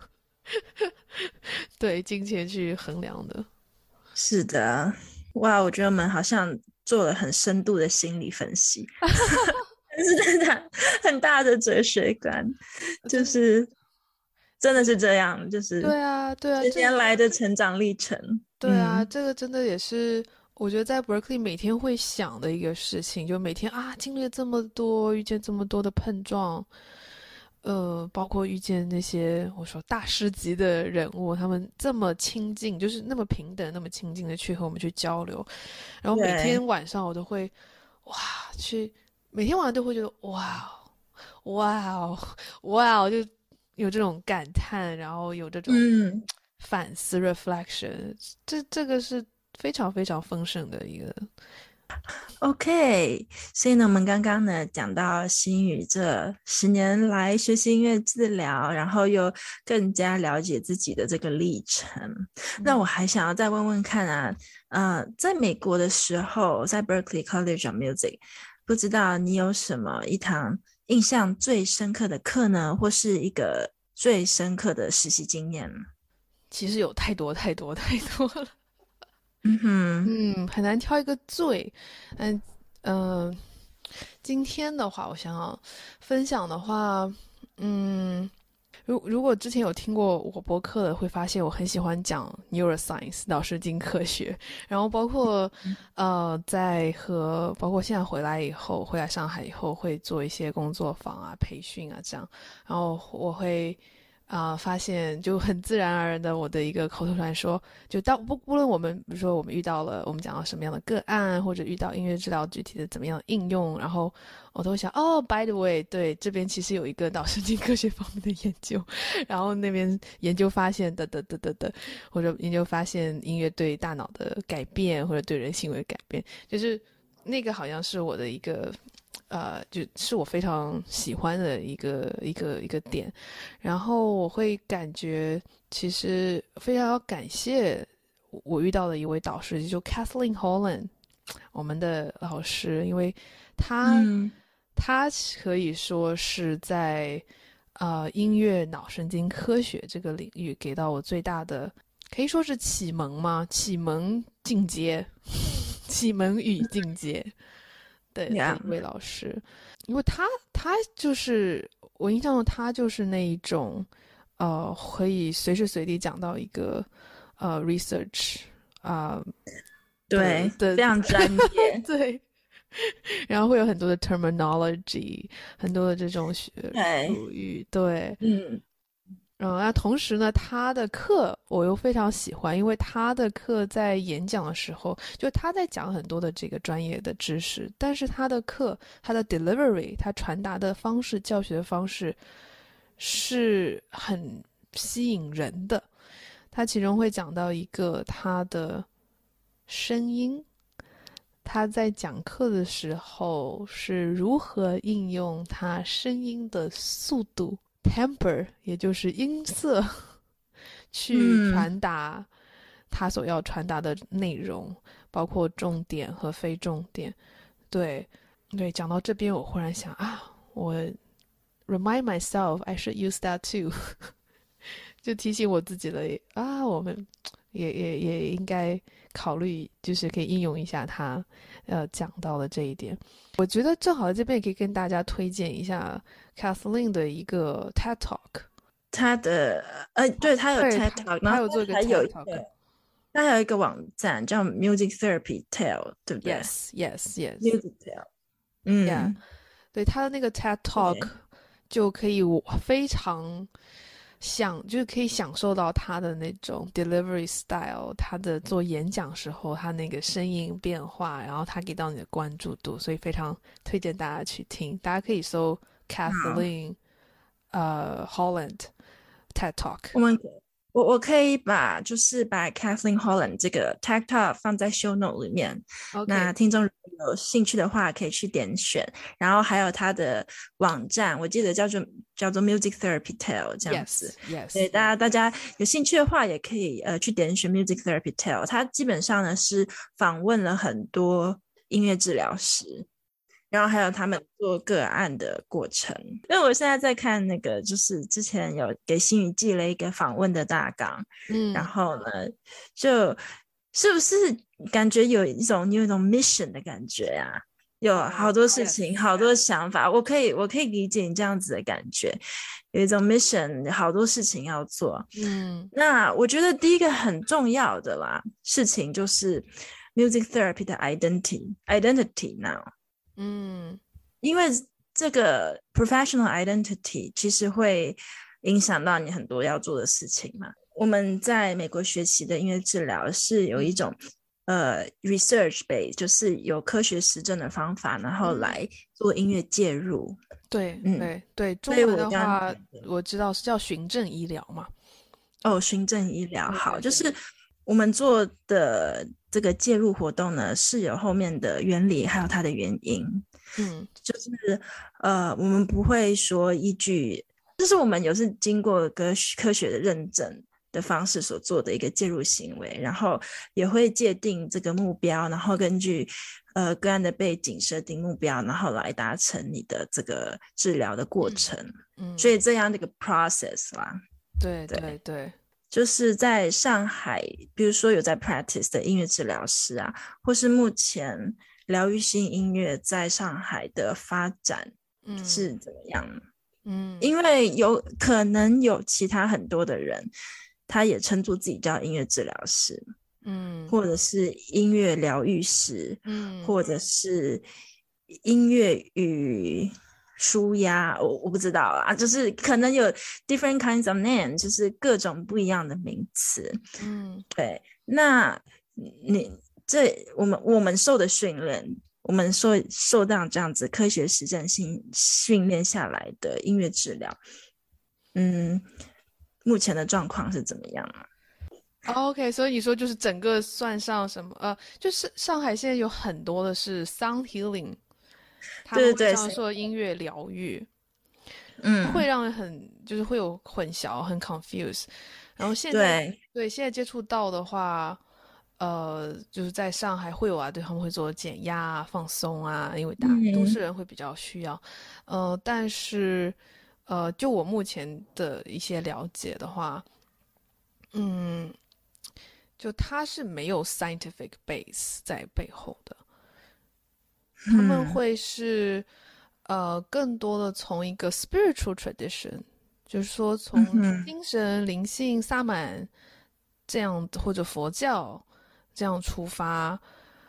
对金钱去衡量的。 是的。哇，我觉得我们好像做了很深度的心理分析。是真的很大的哲学观，就真是真的是这样，就是对啊，对啊，这十年来的成长历程。 对啊， 嗯， 这个真的也是我觉得在 Berkeley 每天会想的一个事情，就每天啊经历了这么多，遇见这么多的碰撞，呃，包括遇见那些我说大师级的人物，他们这么亲近，就是那么平等、那么亲近的去和我们去交流，然后每对。 天晚上我都会哇去，每天晚上都会觉得哇哦哇哦哇哦，就有这种感叹，然后有这种嗯反思 reflection，这这个是非常非常丰盛的一个。 ，OK。所以呢，我们刚刚呢讲到心宇这十年来学习音乐治疗，然后又更加了解自己的这个历程。那我还想要再问问看啊，呃，在美国的时候，在 Berkeley College of Music，不知道你有什么一堂印象最深刻的课呢，或是一个最深刻的实习经验？ 其实有太多太多太多了， 嗯哼。 嗯，很难挑一个最，嗯呃，今天的话，我想要分享的话，嗯，如如果之前有听过我播客的，会发现我很喜欢讲 neuroscience 脑神经科学，然后包括呃，在和包括现在回来以后，回来上海以后会做一些工作坊啊、培训啊这样，然后我会。啊、呃发现就很自然而然的，我的一个口头禅说，就当不不论我们比如说我们遇到了我们讲到什么样的个案，或者遇到音乐治疗具体的怎么样的应用，然后我都会想，哦，by the way，对，这边其实有一个脑神经科学方面的研究，然后那边研究发现的的的的的，或者研究发现音乐对大脑的改变，或者对人行为改变，就是那个好像是我的一个。呃，就是我非常喜欢的一个一个一个点，然后我会感觉其实非常要感谢我遇到的一位导师，就 Kathleen Holland，我们的老师，因为他嗯他可以说是在呃音乐脑神经科学这个领域给到我最大的，可以说是启蒙吗？启蒙进阶，启蒙与进阶。的的 ，Yeah。 一位老师，因为他他就是我印象中他就是那一种，呃，可以随时随地讲到一个呃 research 啊、 对， 的的非常专业。 对，然后会有很多的 terminology，很多的这种学对。 术语，对， 嗯嗯，那同时呢，他的课我又非常喜欢，因为他的课在演讲的时候，就他在讲很多的这个专业的知识，但是他的课，他的 delivery，他传达的方式，教学的方式是很吸引人的。他其中会讲到一个他的声音，他在讲课的时候是如何应用他声音的速度 temper， 也就是音色去传达他所要传达的内容，包括重点和非重点。对对，讲到这边我忽然想啊，我 remind myself I should use that too 就提醒我自己了啊，我们也也也应该考虑，就是可以应用一下他呃讲到的这一点。我觉得正好在这边也可以跟大家推荐一下 Kathleen 的一个 TED Talk。 他的呃，对，他有 TED Talk， 他有做一个 TED Talk， 他还有一个网站叫 Music Therapy Tale， 对不对 ？Yes Yes Yes Music Tale， 嗯， yeah， 对，他的那个 TED Talk 就可以非常享，就是可以享受到他的那种 delivery style， 他的做演讲时候他那个声音变化，然后他给到你的关注度，所以非常推荐大家去听。大家可以搜 Kathleen、呃 Holland TED Talk。 我们我我可以把就是把 Kathleen Holland 这个 TED Talk 放在 show note 里面， okay， 那听众如果有兴趣的话可以去点选，然后还有他的网站，我记得叫做叫做 Music Therapy Tale 这样子。 Yes, yes， 对，大家大家有兴趣的话也可以呃去点选 Music Therapy Tale， 它基本上呢是访问了很多音乐治疗师，然后还有他们做个案的过程。因为我现在在看那个，就是之前有给心宇寄了一个访问的大纲，嗯，然后呢，就是不是感觉有一种有一种 mission 的感觉啊？有好多事情， oh, yes. 好多想法，我可以我可以理解你这样子的感觉，有一种 mission， 好多事情要做。嗯，那我觉得第一个很重要的啦事情就是 music therapy 的 identity identity now。嗯，因为这个 professional identity 其实会影响到你很多要做的事情嘛。我们在美国学习的音乐治疗是有一种、嗯、呃 research base， 就是有科学实证的方法，然后来做音乐介入。 对、嗯、对对，中文的话 我, 我知道是叫循证医疗嘛。 哦，循证医疗，好，就是我们做的这个介入活动呢，是有后面的原理，还有它的原因。嗯，就是呃，我们不会说依据，就是我们有是经过科科学的认证的方式所做的一个介入行为，然后也会界定这个目标，然后根据呃个案的背景设定目标，然后来达成你的这个治疗的过程。嗯，嗯，所以这样的一个 process 啦。 对对 对, 对。 就是在上海，比如说有在 practice 的音乐治疗师啊，或是目前疗愈性音乐在上海的发展是怎么样？嗯，因为有可能有其他很多的人，他也称作自己叫音乐治疗师，嗯，或者是音乐疗愈师，嗯，或者是音乐与舒压，我我不知道啊，就是可能有 different kinds of name， 就是各种不一样的名词。嗯，对。那你这我们我们受的训练，我们受受到这样子科学实证性训练下来的音乐治疗，嗯，目前的状况是怎么样啊？ OK， 所以你说就是整个算上什么呃，就是上海现在有很多的是 sound healing。他们会这样说音乐疗愈，嗯，会让人很就是会有混淆，很 confuse。然后现在 对, 对现在接触到的话，呃，就是在上海会有啊，对他们会做减压啊、放松啊，因为大都市人会比较需要。呃，但是呃，就我目前的一些了解的话，嗯，就它是没有 scientific base 在背后的。他们会是、嗯、呃更多的从一个 spiritual tradition， 就是说从精神、嗯、灵性、萨满这样或者佛教这样出发，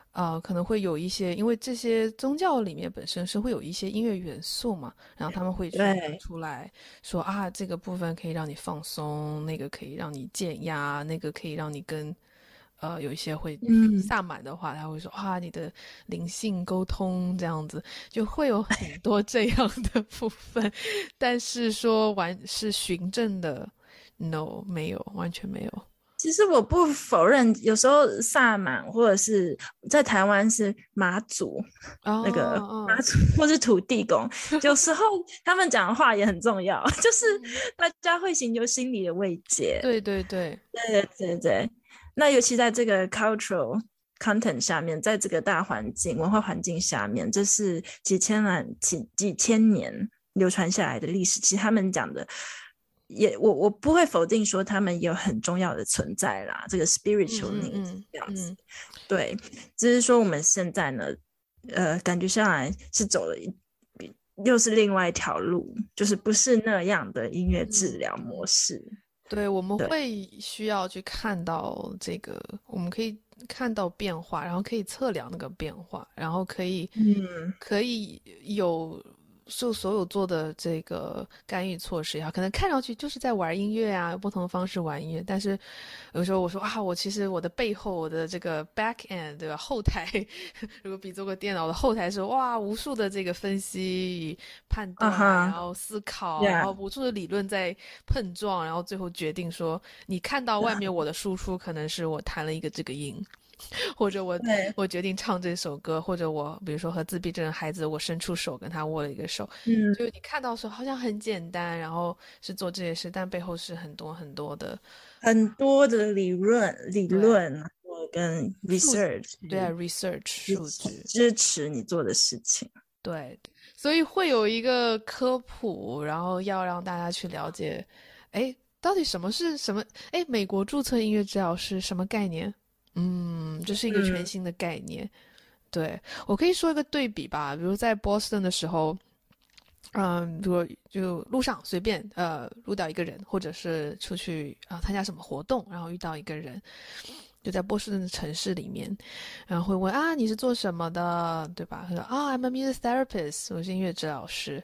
呃，可能会有一些，因为这些宗教里面本身是会有一些音乐元素嘛，然后他们会区分对， 出来说啊，这个部分可以让你放松，那个可以让你减压，那个可以让你跟呃有一些会嗯， 萨满的话，他会说啊，你的灵性沟通这样子，就会有很多这样的部分，但是说完是循证的，no，没有，完全没有。 其实我不否认，有时候萨满或者是在台湾是妈祖， 哦， 那个妈哦， 祖或是土地公，有时候他们讲的话也很重要，就是嗯， 大家会寻求心理的慰藉。 对对对， 对对对，那尤其在这个 cultural content 下面，在这个大环境文化环境下面，这是几千万几几千年流传下来的历史。其实他们讲的也，我我不会否定说他们有很重要的存在啦，这个嗯 spiritual 嗯 needs 嗯这样子。 嗯。 对，只是说我们现在呢，呃，感觉下来是走了一。又是另外一条路，就是不是那样的音乐治嗯， 疗模式。 对，我们对， 会需要去看到这个，我们可以看到变化，然后可以测量那个变化，然后可以嗯， 可以有就所有做的这个干预措施呀，可能看上去就是在玩音乐啊，不同的方式玩音乐，但是有时候我说啊，我其实我的背后我的这个 back end 对吧，后台，如果比作个电脑的后台是哇，无数的这个分析、判断，然啊哈后思考，然后 ，Yeah， 无数的理论在碰撞，然后最后决定说，你看到外面我的输出可能是我弹了一个这个音，或者我对， 我决定唱这首歌，或者我比如说和自闭症的孩子，我伸出手跟他握了一个手， 嗯， 就你看到说好像很简单，然后是做这些事，但背后是很多很多的很多的理论、理对论或跟数据， research 对啊，research 支数据， 支持你做的事情。 对，所以会有一个科普，然后要让大家去了解，哎，到底什么是什么？哎，美国注册音乐治疗师什么概念？嗯，这是一个全嗯新的概念。对，我可以说一个对比吧，比如在 Boston 的时候，嗯，如果就路上随便呃路到一个人，或者是出去啊、呃参加什么活动，然后遇到一个人，就在波士顿的城市里面，然后会问啊你是做什么的，对吧？他说啊、I'm a music therapist，我是音乐治疗师。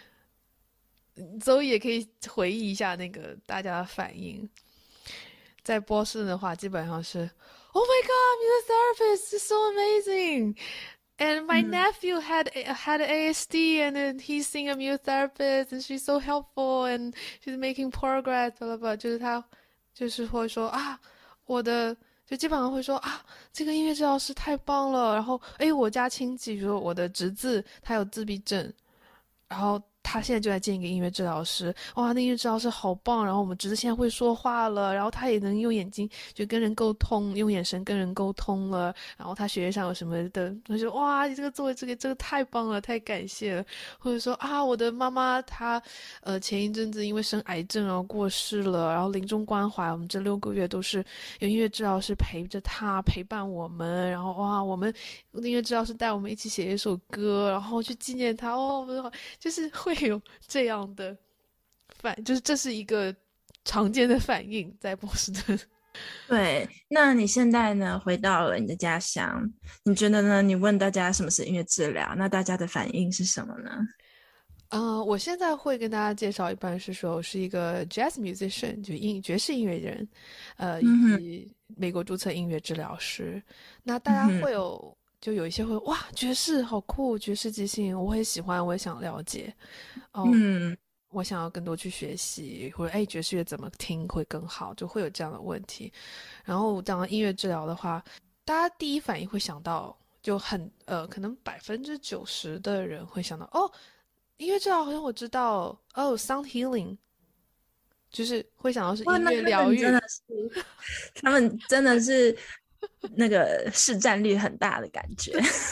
周也可以回忆一下那个大家的反应。在波士顿的话，基本上是 Oh my God, music therapist is so amazing. And my 嗯 nephew had had A S D, and then he's seeing a music therapist, and she's so helpful, and she's making progress. blah blah blah，就是他就是会说啊，我的就基本上会说啊，这个音乐治疗师太棒了。然后诶，我家亲戚，比如说我的侄子，他有自闭症，然后他现在就在见一个音乐治疗师，哇，那音乐治疗师好棒！然后我们侄子现在会说话了，然后他也能用眼睛就跟人沟通，用眼神跟人沟通了。然后他学业上有什么的，他说哇，你这个做这个这个太棒了，太感谢了。或者说啊，我的妈妈她呃前一阵子因为生癌症然后过世了，然后临终关怀，我们这六个月都是有音乐治疗师陪着她陪伴我们，然后哇，我们音乐治疗师带我们一起写一首歌，然后去纪念她哦，我们好就是会有这样的反，就是这是一个常见的反应在波士顿。 对，那你现在呢？回到了你的家乡，你觉得呢？你问大家什么是音乐治疗，那大家的反应是什么呢？ 嗯、呃我现在会跟大家介绍，一般是说我是一个 jazz musician，就音爵士音乐人，呃，以嗯哼， 及美国注册音乐治疗师。那大家嗯哼， 会有，就有一些会哇，爵士好酷，爵士即兴，我也喜欢，我也想了解。哦， 嗯我想要更多去学习，或者哎，爵士乐怎么听会更好，就会有这样的问题。然后讲到音乐治疗的话，大家第一反应会想到，就很呃，可能百分之九十的人会想到，哦，音乐治疗好像我知道，哦，sound healing，就是会想到是哇， 音乐那他疗愈。 们真的是，他们真的是那个市占率很大的感觉。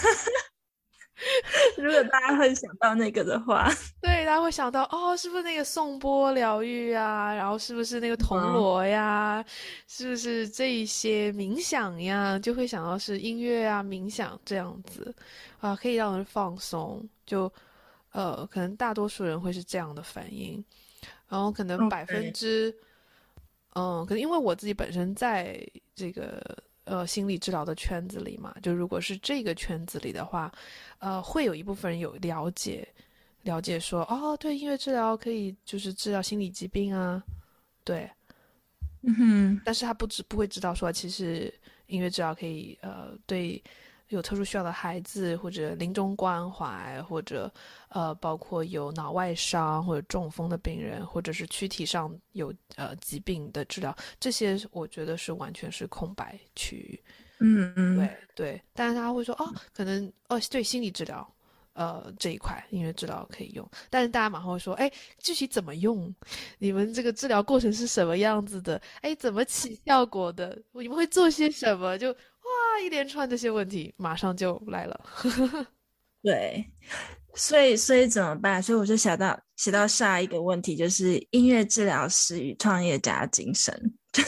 如果大家会想到那个的话， 对，大家会想到哦，是不是那个颂钵疗愈啊？然后是不是那个铜嗯， 锣呀？是不是这一些冥想呀？就会想到是音乐啊、冥想这样子啊，可以让人放松。就呃，可能大多数人会是这样的反应，然后可能百分 OK， 之嗯，可能因为我自己本身在这个呃心理治疗的圈子里嘛，就如果是这个圈子里的话，呃，会有一部分人有了解了解说，哦，对，音乐治疗可以就是治疗心理疾病啊，对， 嗯哼， 但是他不知不会知道说，其实音乐治疗可以呃对有特殊需要的孩子，或者临终关怀，或者呃包括有脑外伤或者中风的病人，或者是躯体上有呃疾病的治疗，这些我觉得是完全是空白区域。 嗯嗯， 对对，但是他会说哦，可能哦对心理治疗。呃，这一块音乐治疗可以用，但是大家马上会说，哎，具体怎么用？你们这个治疗过程是什么样子的？哎，怎么起效果的？你们会做些什么？就哇，一连串这些问题马上就来了。 对，所以所以怎么办？所以我就想到写到下一个问题，就是音乐治疗师与创业家精神，就是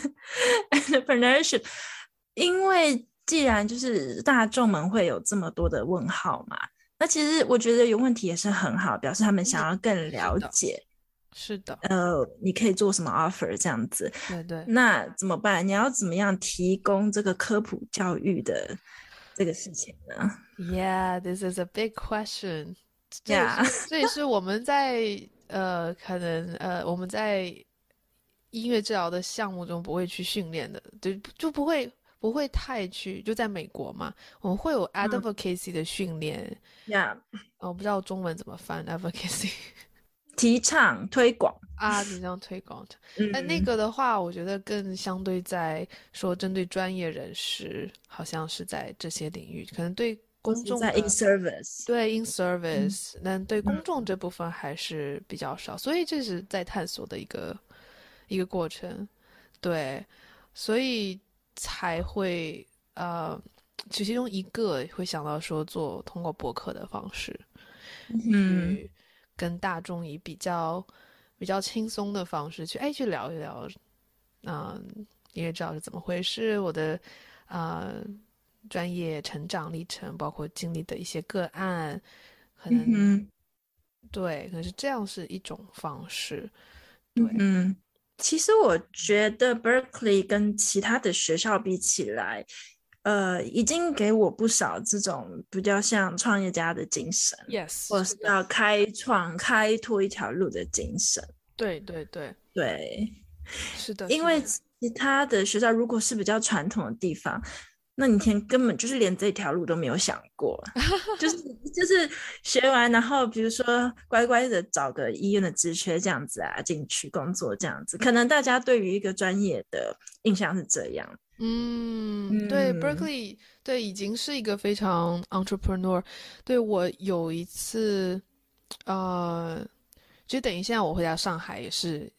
entrepreneurship。因为既然就是大众们会有这么多的问号嘛，那其实我觉得有问题也是很好，表示他们想要更是的， 了解， 是的， 呃，你可以做什么 offer 这样子。 对对。 那怎么办？你要怎么样提供这个科普教育的这个事情呢？ Yeah, this is a big question. 这也呀、 是这也是我们在呃可能呃我们在音乐治疗的项目中不会去训练的，就就不会不会太去就在美国嘛，我们会有嗯 advocacy 的训练， 呀、 呃我不知道中文怎么翻 advocacy 提倡推广， 啊，你这样推广的。但那嗯， 个的话，我觉得更相对在说针对专业人士，好像是在这些领域，可能对公或是在 in 众的。 service， 对 in 嗯 service，但对公嗯众这部分还是比较少，所以这是在探索的一个一个过程。对，所以才会呃，其中一个会想到说做通过博客的方式嗯去跟大众以比较比较轻松的方式去哎去聊一聊，嗯、音乐知道是怎么回事，我的呃专业成长历程，包括经历的一些个案，可嗯能哼对，可是这样是一种方式，对嗯哼。其实我觉得 Berkeley 跟其他的学校比起来，呃，已经给我不少这种比较像创业家的精神， ，yes， 或者是的， 是要开创、开拓一条路的精神。 对对对， 对， 是的， 因为是的， 其他的学校如果是比较传统的地方，那你天根本就是连这条路都没有想过，就是就是学完，然后比如说乖乖的找个医院的职缺这样子啊，进去工作这样子，可能大家对于一个专业的印象是这样。 嗯，对嗯 ，Berkeley，对，已经是一个非常 entrepreneur。对，我有一次，呃，就等于现在我回到上海也是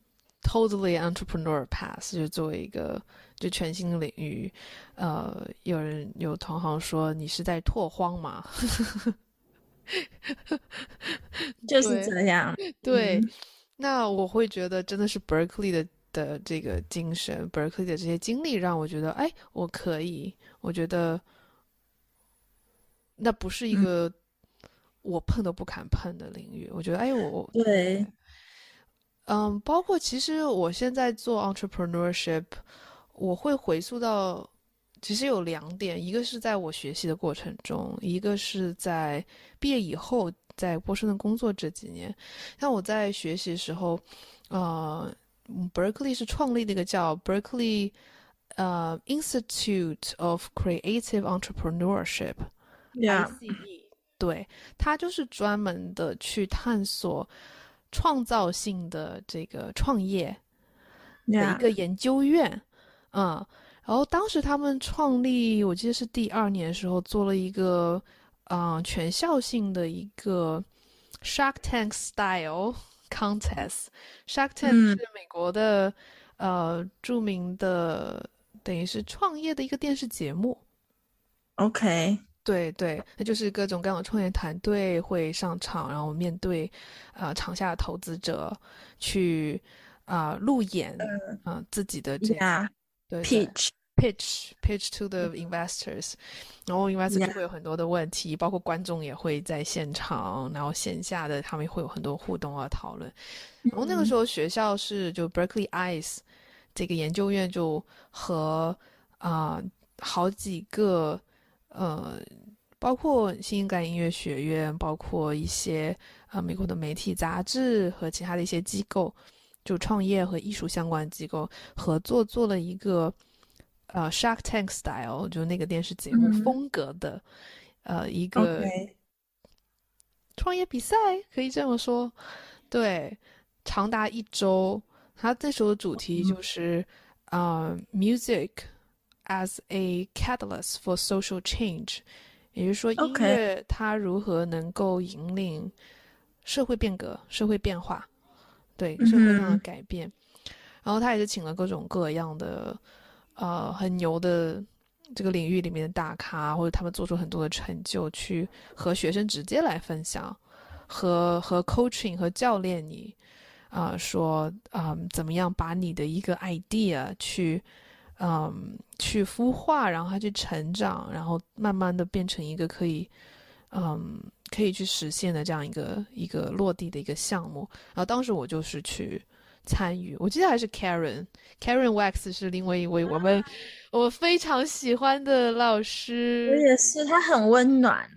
totally entrepreneur path，就作为一个就全新的领域，呃，有人有同行说你是在拓荒嘛？ 就是对这样。 对， 嗯那我会觉得真的是 Berkeley 的的这个精神，Berkeley 的这些经历让我觉得，哎，我可以，我觉得那不是一嗯， 个我碰都不敢碰的领域。我觉得，哎，我对， 嗯，包括其实我现在做 entrepreneurship，我会回溯到，其实有两点，一个是在我学习的过程中，一个是在毕业以后，在波士顿工作这几年。像我在学习的时候，呃嗯，Berkeley 是创立了一个叫 Berkeley 呃 Institute of Creative 呀， Entrepreneurship，I C E，对，它就是专门的去探索创造性的这个创业的一呀， 个研究院，嗯，然后当时他们创立，我记得是第二年的时候，做了一个嗯、呃全校性的一个 Shark Tank style contest。Shark Tank 是嗯美国的呃著名的等于是创业的一个电视节目。 ，OK， 对对，那就是各种各样的创业团队会上场，然后面对呃场下的投资者去啊、呃路演啊、呃自己的这个呀对对 ，Peach， pitch pitch to the investors，然后 investor 就呀， 会有很多的问题，包括观众也会在现场，然后线下的他们会有很多互动啊讨论。然后那个时嗯候学校是就 Berkeley I C E 这个研究院就和啊、呃、好几个呃，包括新英格兰音乐学院，包括一些呃美国的媒体杂志和其他的一些机构，就创业和艺术相关的机构合作做了一个呃 Shark Tank Style， 就那个电视节目嗯风格的呃一个 ，OK， 创业比赛，可以这么说。对，长达一周。它这时候的主题嗯就是啊、呃 music as a catalyst for social change，也就是说，音 ，OK， 乐它如何能够引领社会变革、社会变化，对嗯社会上的哼， 改变。然后他也是请了各种各样的呃很牛的这个领域里面的大咖，或者他们做出很多的成就，去和学生直接来分享，和和 coaching 和教练你啊、呃说啊、嗯怎么样把你的一个 idea 去嗯去孵化，然后它去成长，然后慢慢的变成一个可以嗯可以去实现的这样一个一个落地的一个项目。然后当时我就是去参与，我记得还是 Karen Karen Wax 是另外一位我们我非常喜欢的老师。 我也是，他很温暖。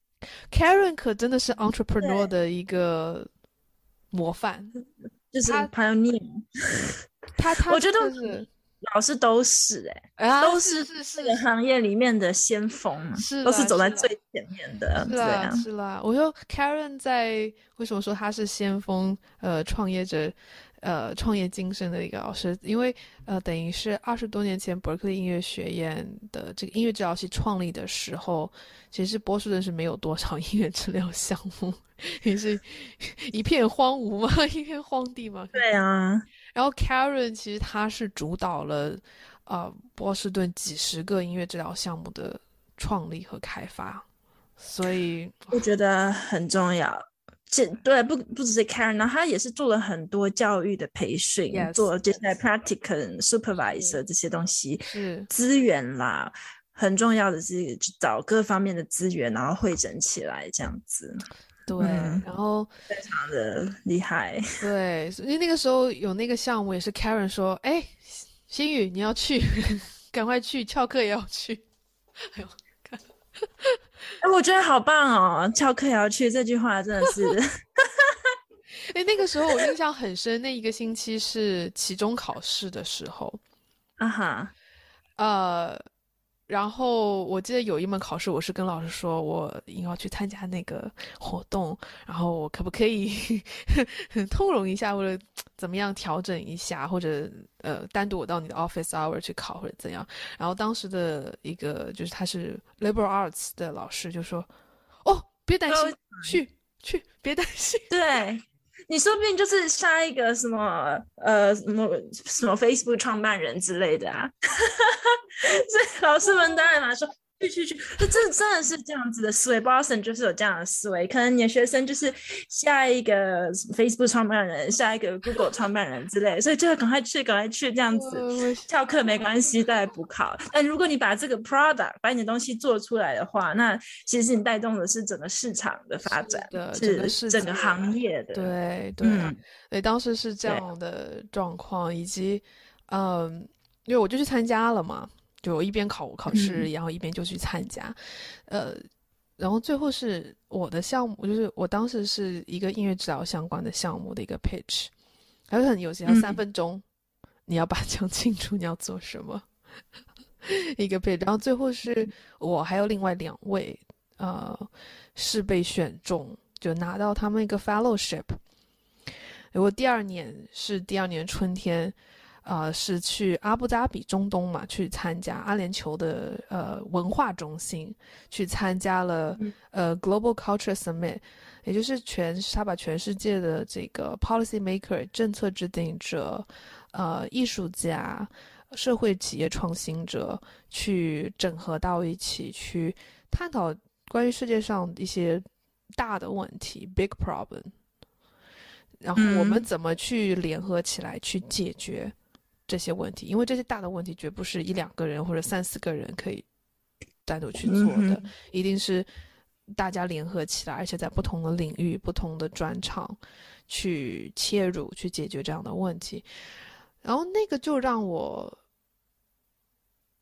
Karen 可真的是 entrepreneur 对， 的一个模范， 就是他 pioneer。 他他真我觉得的是老师都是哎、 啊， 都是是是这是是个行业里面的先锋，都是是啦走在最是啦前面的， 是啦， 这样。 是啦，我说 Karen 在为什么说她是先锋？呃，创业者，呃，创业精神的一个老师，因为呃，等于是二十多年前伯克利音乐学院的这个音乐治疗系创立的时候，其实波士顿是没有多少音乐治疗项目，也是一片荒芜嘛，一片荒地嘛。 对啊， 然后 Karen 其实他是主导了呃波士顿几十个音乐治疗项目的创立和开发。所以我觉得很重要。这对不不只是 Karen，然后他也是做了很多教育的培训， ，yes 做这些 yes， practicum、 是 supervisor 这些东西， 是， 资源啦，很重要的是找各方面的资源，然后汇整起来，这样子， 对， 嗯， 然后非常的厉害。 对，所以那个时候有那个项目，也是 Karen 说，哎，心宇你要去，赶快去，翘课也要去。哎呦，看， 哎，我觉得好棒哦！翘课也要去这句话真的是， 哎，那个时候我印象很深，那一个星期是期中考试的时候， 啊哈， 呃，然后我记得有一门考试，我是跟老师说我要去参加那个活动，然后我可不可以通融一下，或者怎么样调整一下，或者呃单独我到你的 office hour 去考或者怎样。然后当时的一个就是他是 liberal arts 的老师就说，哦，别担心，去去，别担心。 对，你说不定就是下一个什么呃什么什么 Facebook 创办人之类的啊，所以老师们当然嘛说去去去，这真真的是这样子的思维。Boston 就是有这样的思维，可能你的学生就是下一个 Facebook 创办人，下一个 Google 创办人之类，所以就要赶快去，赶快去这样子。 呃，我翘课没关系，再来补考。但如果你把这个 product 把你的东西做出来的话，那其实你带动的是整个市场的发展， 是的，整个是整个世界， 行业的。 对对， 嗯， 对，当时是这对， 样的状况，以及嗯，因为我就去参加了嘛，就我一边考考试， 嗯然后一边就去参加，呃，然后最后是我的项目，就是我当时是一个音乐治疗相关的项目的一个 pitch，还是很有限，要三嗯分钟，你要把讲清楚你要做什么，一个 pitch，然后最后是我还有另外两位，呃，是被选中，就拿到他们一个 fellowship。我第二年是第二年春天，呃，是去阿布扎比中东嘛，去参加阿联酋的呃文化中心，去参加了呃 Global Culture Summit，也就是全他把全世界的这个 policy maker 政策制定者、呃艺术家、社会企业创新者去整合到一起，去探讨关于世界上一些大的问题 （big problem）。然后我们嗯怎么去联合起来去解决这些问题？因为这些大的问题绝不是一两个人或者三四个人可以单独去做的， 嗯一定是大家联合起来，而且在不同的领域、不同的专长去切入，去解决这样的问题。然后那个就让我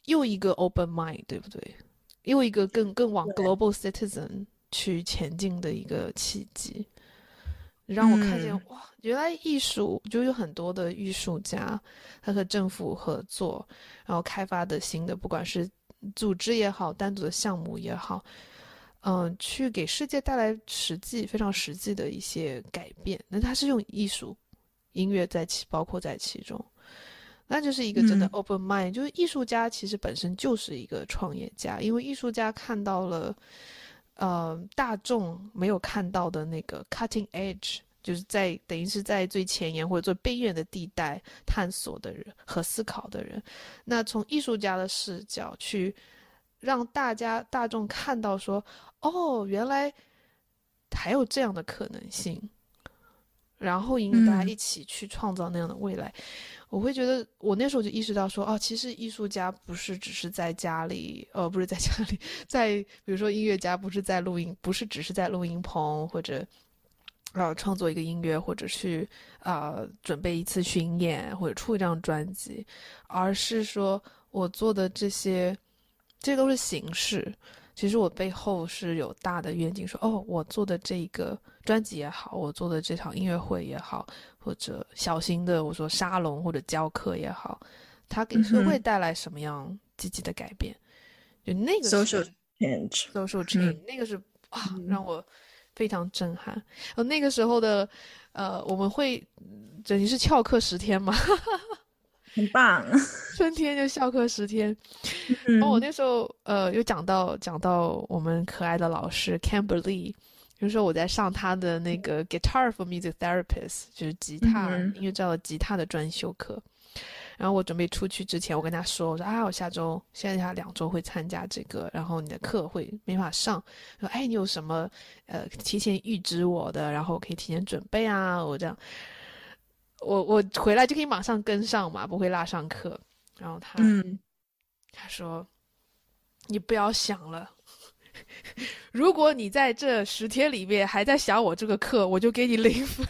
又一个 open mind， 对不对？又一个更更往 global citizen 去前进的一个契机。让我看见、 嗯哇，原来艺术就有很多的艺术家，他和政府合作，然后开发的新的，不管是组织也好，单独的项目也好，嗯、去给世界带来实际非常实际的一些改变。那他是用艺术、音乐在其包括在其中，那就是一个真的嗯 open mind，、就是艺术家其实本身就是一个创业家，因为艺术家看到了。呃，大众没有看到的那个 cutting edge，就是在等于是在最前沿或者最边缘的地带探索的人和思考的人，那从艺术家的视角去让大家大众看到说，哦，原来还有这样的可能性，然后引领大家嗯一起去创造那样的未来。我会觉得，我那时候就意识到说，哦，其实艺术家不是只是在家里，呃，不是在家里，在比如说音乐家不是在录音，不是只是在录音棚或者呃创作一个音乐，或者去呃准备一次巡演或者出一张专辑，而是说我做的这些，这些都是形式。其实我背后是有大的愿景说，哦，我做的这个专辑也好，我做的这场音乐会也好，或者小型的我说沙龙或者教课也好，它给社会嗯哼带来什么样积极的改变？就那个是 ，social change， social 嗯 change，那个是啊，让嗯， 我非常震撼。呃，那个时候的呃，我们会等于是翘课十天嘛， 很棒， 春天就翘课十天。然后我嗯那时候呃，有讲到讲到我们可爱的老师 Camberley。就是说我在上他的那个 Guitar for Music Therapist，就是吉他嗯音乐治疗吉他的专修课。然后我准备出去之前，我跟他说，我说啊，我下周剩下两周会参加这个，然后你的课会没法上。说哎，你有什么呃提前预知我的，然后我可以提前准备啊，我这样，我我回来就可以马上跟上嘛，不会落上课。然后他嗯， 他说你不要想了。如果你在这十天里面还在想我这个课，我就给你零分。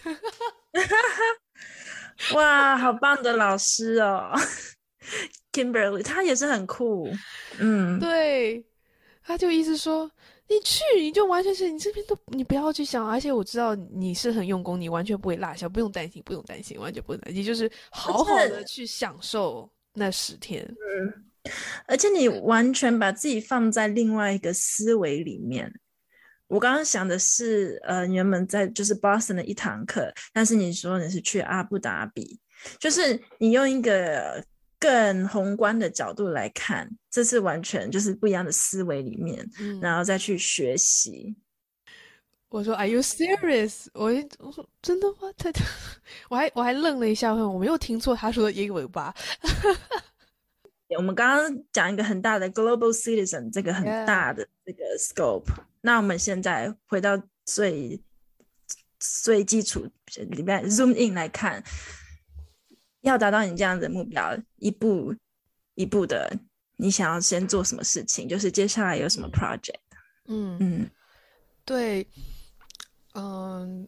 哇，好棒的老师哦，Kimberly，他也是很酷，嗯， 对，他就意思说，你去你就完全是你这边都你不要去想，而且我知道你是很用功，你完全不会落下，不用担心，不用担心，完全不用担心，你就是而好好的且去享受那十天。 而且你完全把自己放在另外一个思维里面。我刚刚想的是，呃，原本在就是 Boston 的一堂课，但是你说你是去阿布达比，就是你用一个更宏观的角度来看，这是完全就是不一样的思维里面，然嗯， 后再去学习。 我说 Are you serious？我一我说真的吗？他他，我还我还愣了一下，我没有听错他说的英文吧我们刚刚讲一个很大的 global citizen 这个很 ？Yeah， 大的这个 scope，那我们现在回到最最基础里面 zoom in 来看，要达到你这样的目标，一步一步的，你想要先做什么事情，就是接下来有什么 project， 嗯， 嗯对，嗯，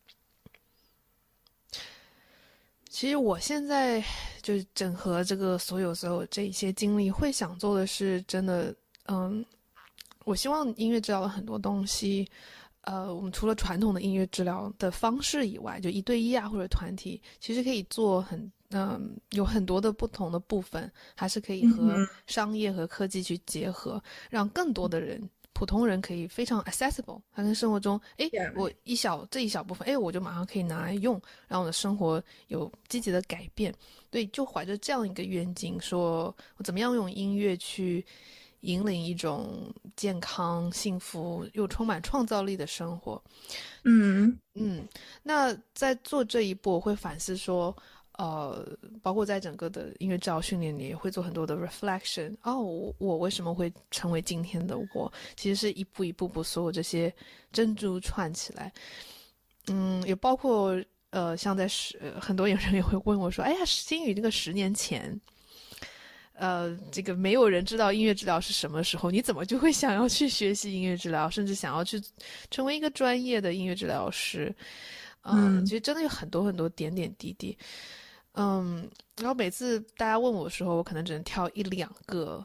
其实我现在就是整合这个所有所有这一些经历，会想做的是真的，嗯，我希望音乐治疗的很多东西，呃，我们除了传统的音乐治疗的方式以外，就一对一啊或者团体，其实可以做很，嗯，有很多的不同的部分，还是可以和嗯商业和科技去结合，让更多的人。普通人可以非常 accessible，他跟生活中，哎， ，yeah， 我一小这一小部分，哎，我就马上可以拿来用，让我的生活有积极的改变。对，就怀着这样一个愿景，说我怎么样用音乐去引领一种健康、幸福又充满创造力的生活。 嗯嗯，那在做这一步，我会反思说，呃，包括在整个的音乐治疗训练里，也会做很多的 reflection。哦，我我为什么会成为今天的我？其实是一步一步步，所有这些珍珠串起来。嗯，也包括呃，像在十，呃很多有人也会问我说，哎呀，心宇这个十年前。呃，这个没有人知道音乐治疗是什么时候，你怎么就会想要去学习音乐治疗，甚至想要去成为一个专业的音乐治疗师？嗯， 嗯其实真的有很多很多点点滴滴。嗯，然后每次大家问我的时候，我可能只能挑一两个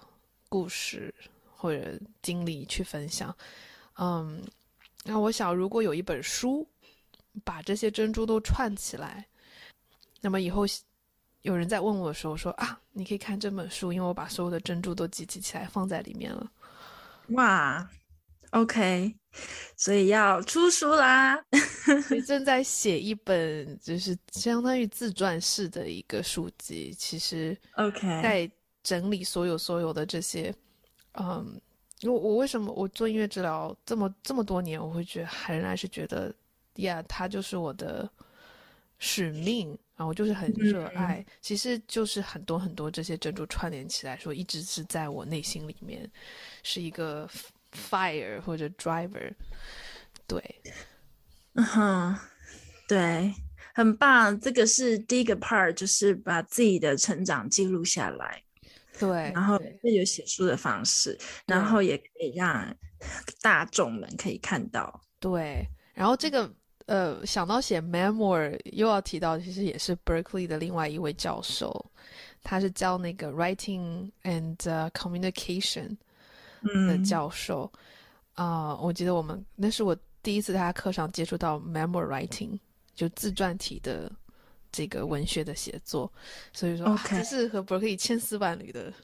故事或者经历去分享。嗯，那我想如果有一本书把这些珍珠都串起来，那么以后有人在问我的时候说啊，你可以看这本书，因为我把所有的珍珠都集齐起来放在里面了。 哇，OK，所以要出书啦。 所以正在写一本就是相当于自传式的一个书籍，其实 OK， 在整理所有所有的这些，嗯，我我为什么我做音乐治疗这么这么多年，我会觉得仍然是觉得呀，它就是我的使命，然后我就是很热爱， 嗯其实就是很多很多这些珍珠串联起来说，一直是在我内心里面是一个 fire 或者 driver， 对。 嗯哼，对，很棒。这个是第一个 part，就是把自己的成长记录下来，然后对对有写书的方式，然对后也可以让大众们可以看到。 对，然后这个呃，想到写 memoir，又要提到，其实也是 Berkeley 的另外一位教授，他是教那个 writing and、uh, communication 的嗯教授啊、呃我记得我们那是我第一次在他课上接触到 memoir writing，就自传体的这个文学的写作，所以说啊， ，OK 这是和 Berkeley 千丝万缕的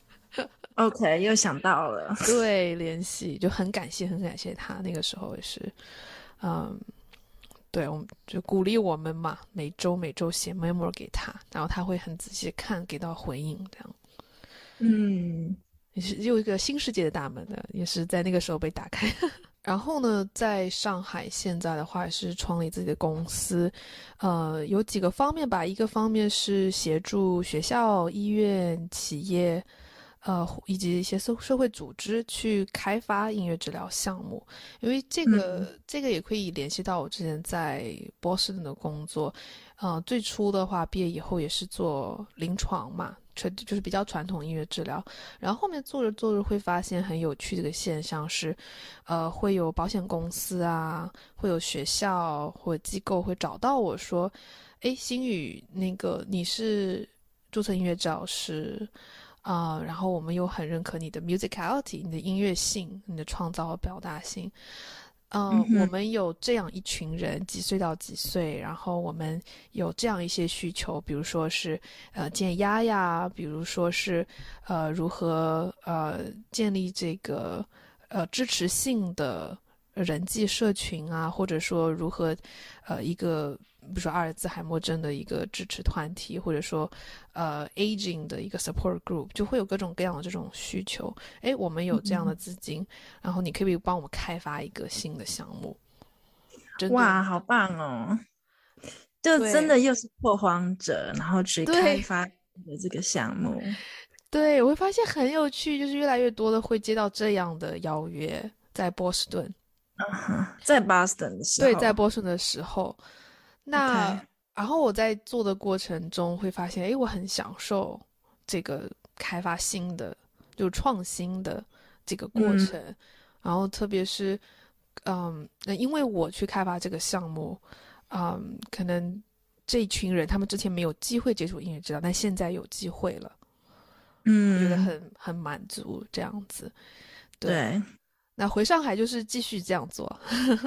OK，又想到了。 对联系，就很感谢很感谢他那个时候也是，嗯。对，我们就鼓励我们嘛，每周每周写 memo 给他，然后他会很仔细看，给到回应，这样嗯也是又一个新世界的大门呢，也是在那个时候被打开。然后呢，在上海现在的话也是创立自己的公司，呃，有几个方面吧，一个方面是协助学校、医院、企业。呃，以及一些社社会组织去开发音乐治疗项目，因为这个、 嗯这个也可以联系到我之前在波士顿的工作。呃，最初的话，毕业以后也是做临床嘛，传就是比较传统音乐治疗。然后后面做着做着会发现很有趣的一个现象是，呃，会有保险公司啊，会有学校或者机构会找到我说，诶，星宇，那个你是注册音乐治疗师。啊、呃然后我们又很认可你的 musicality， 你的音乐性，你的创造和表达性。嗯、呃，我嗯哼们有这样一群人，几岁到几岁，然后我们有这样一些需求，比如说是呃减压呀，比如说是呃如何呃建立这个呃支持性的人际社群啊，或者说如何呃一个比如说阿尔兹海默症的一个支持团体，或者说呃 aging 的一个 support group， 就会有各种各样的这种需求。诶，我们有这样的资金，然后你可不可以帮我们开发一个新的项目，针对哇，好棒哦！就真对的又是拓荒者，然后去开对发的这个项目。 对，我会发现很有趣，就是越来越多的会接到这样的邀约，在波士顿， 嗯哼，在 Boston 的时对，在候波士顿的时候，那 ，OK， 然后我在做的过程中会发现，诶，我很享受这个开发新的，就创新的这个过嗯程。然后特别是，嗯，那因为我去开发这个项目，嗯，可能这一群人他们之前没有机会接触音乐治疗，但现在有机会了，我觉得嗯， 很很满足这样子。对， 对那回上海就是继续这样做。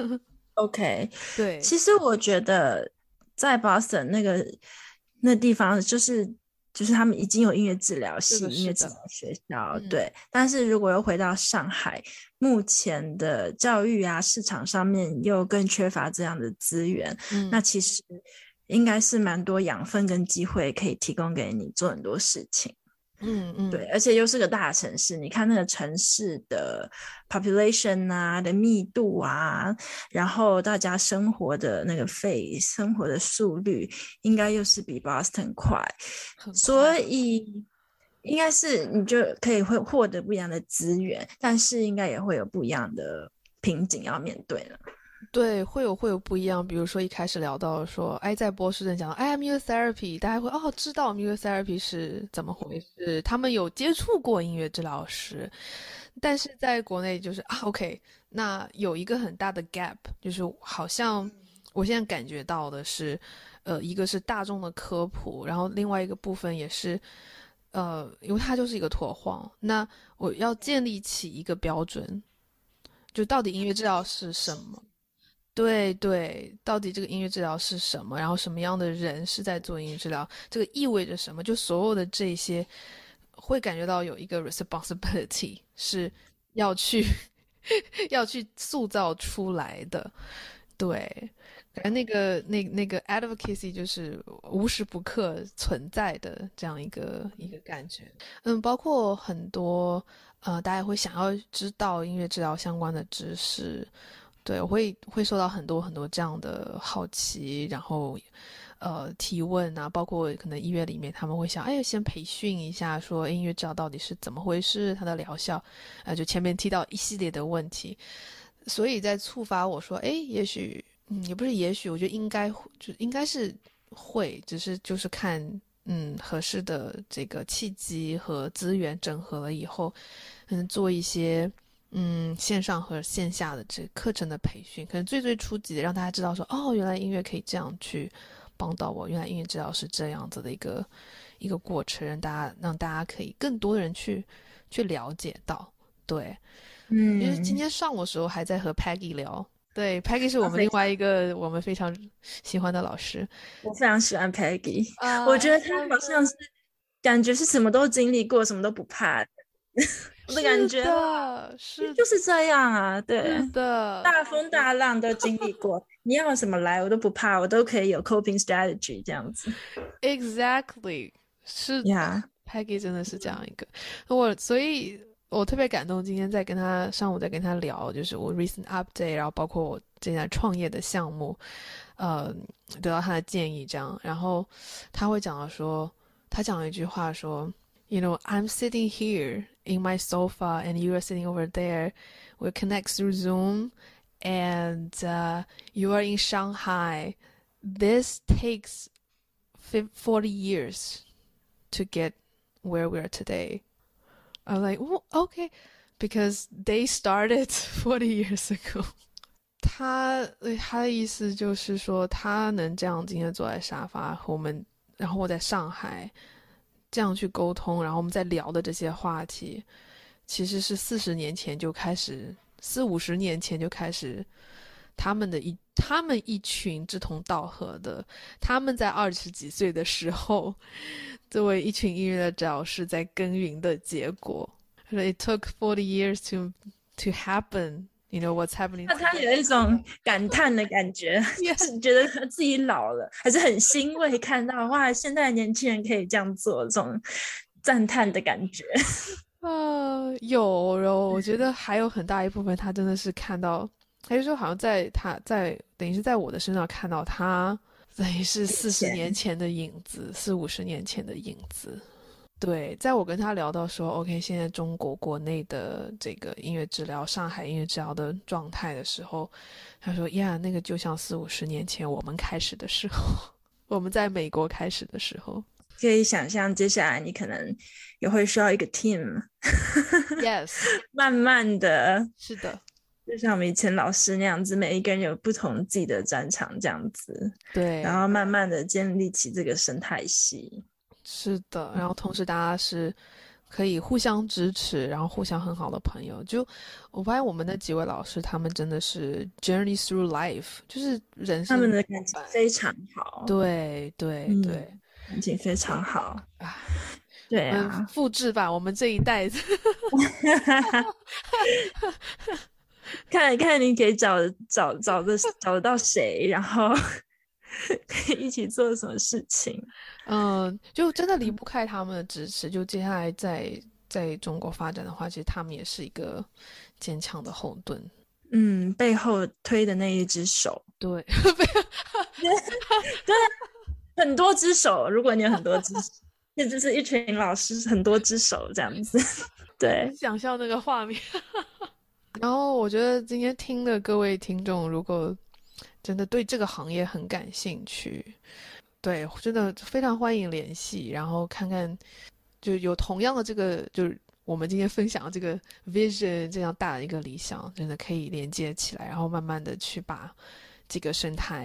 ，OK。 对， 其实我觉得在 Boston 那个那地方，就是就是他们已经有音乐治疗系、 是的， 音乐治是的， 疗学校， 嗯对。但是如果又回到上海，目前的教育啊市场上面又更缺乏这样的资源，那嗯其实应该是蛮多养分跟机会可以提供给你做很多事情。对， 嗯嗯。 而且又是个大城市，你看那个城市的 population 啊的密度啊，然后大家生活的那个费、生活的速率，应该又是比 Boston 快，所很快。 以应该是你就可以会获得不一样的资源，但是应该也会有不一样的瓶颈要面对了。 对，会有会有不一样。比如说一开始聊到说，哎，在波士顿讲，哎，music therapy，大家会哦知道 music therapy 是怎么回事，他们有接触过音乐治疗师，但是在国内就是啊，OK，那有一个很大的 gap，就是好像我现在感觉到的是，呃，一个是大众的科普，然后另外一个部分也是。 呃，因为它就是一个拓荒，那我要建立起一个标准，就到底音乐治疗是什么？对对，到底这个音乐治疗是什么？然后什么样的人是在做音乐治疗？这个意味着什么？就所有的这些，会感觉到有一个 responsibility 是要去要去塑造出来的。对，感觉那个那那个 advocacy 就是无时不刻存在的这样一个一个感觉。嗯，包括很多呃，大家会想要知道音乐治疗相关的知识。对，我会会受到很多很多这样的好奇，然后呃提问啊，包括可能医院里面他们会想，哎，先培训一下，说音乐治疗到底是怎么回事，它的疗效，呃，就前面提到一系列的问题，所以在触发我说，哎，也许，嗯，也不是也许，我觉得应该就应该是会，只是就是看嗯合适的这个契机和资源整合了以后，嗯，做一些。嗯，线上和线下的这课程的培训，可能最最初级的，让大家知道说，哦，原来音乐可以这样去帮到我，原来音乐治疗是这样子的一个一个过程，让大家让大家可以更多的人去去了解到。对，其实今嗯， 天上午的时候还在和 Peggy 聊，对，Peggy 是我我非常们另外一个我们非常喜欢的老师我非常喜欢 Peggy，我啊， 觉得她好像是感觉是什么都经历过，什么都不怕的我的感是觉啦， 的，是就是这样啊，对， 是的大风大浪都经历过，你要什么来我都不怕，我都可以有 coping strategy 这样子 ，exactly，是的呀。 ，Peggy 真的是这样一个，我所以，我特别感动。今天在跟他上午在跟他聊，就是我 recent update，然后包括我正在创业的项目，呃，得到他的建议这样，然后他会讲到说，他讲了一句话说，You know, I'm sitting here in my sofa and you are sitting over there. We connect through Zoom, and uh, you are in Shanghai. This takes forty years to get where we are today. I'm like, well, okay, because they started forty years ago. 他他的意思就是说，他能这样今天坐在沙发和我们，然后我在上海这样去沟通，然后我们在聊的这些话题，其实是四十年前就开始，四五十年前就开始，他们的一他们一群志同道合的，他们在二十几岁的时候，作为一群音乐的治疗师在耕耘的结果。It took forty years to to happen. You know what's happening 那他 today? 有一种感叹的感觉， Yeah. 就是觉得他自己老了，还是很欣慰看到哇，现在的年轻人可以这样做，这种赞叹的感觉。 呃，有，然后我觉得还有很大一部分，他真的是看到，还是说好像在他在等于是在我的身上看到他，等于是四十年前的影子，四五十年前的影子。对，在我跟他聊到说，OK，现在中国国内的这个音乐治疗，上海音乐治疗的状态的时候，他说呀，那个就像四五十年前我们开始的时候，我们在美国开始的时候。 可以想象，接下来你可能也会需要一个 team， Yes， 慢慢的， 是的， 就像我们以前老师那样子，每一个人有不同自己的专长这样子， 对， 然后慢慢的建立起这个生态系。 是的，然后同时大家是可以互相支持，然后互相很好的朋友。就我发现我们的几位老师，他们真的是 journey through life，就是人生。 他们的感情非常好， 对对嗯， 对， 感情非常好， 啊，嗯， 对啊， 复制吧，我们这一代。 看看你可以找找找的找得到谁，然后可以一起做什么事情。 嗯，就真的离不开他们的支持。就接下来在在中国发展的话，其实他们也是一个坚强的后盾。 嗯，背后推的那一只手， 对， 对，很多只手。如果你有很多只手，那就是一群老师很多只手这样子。对， 想象那个画面。然后我觉得今天听的各位听众，如果真的对这个行业很感兴趣，对，真的非常欢迎联系，然后看看就有同样的这个，就是我们今天分享的这个 vision 这样大的一个理想，真的可以连接起来，然后慢慢的去把这个生态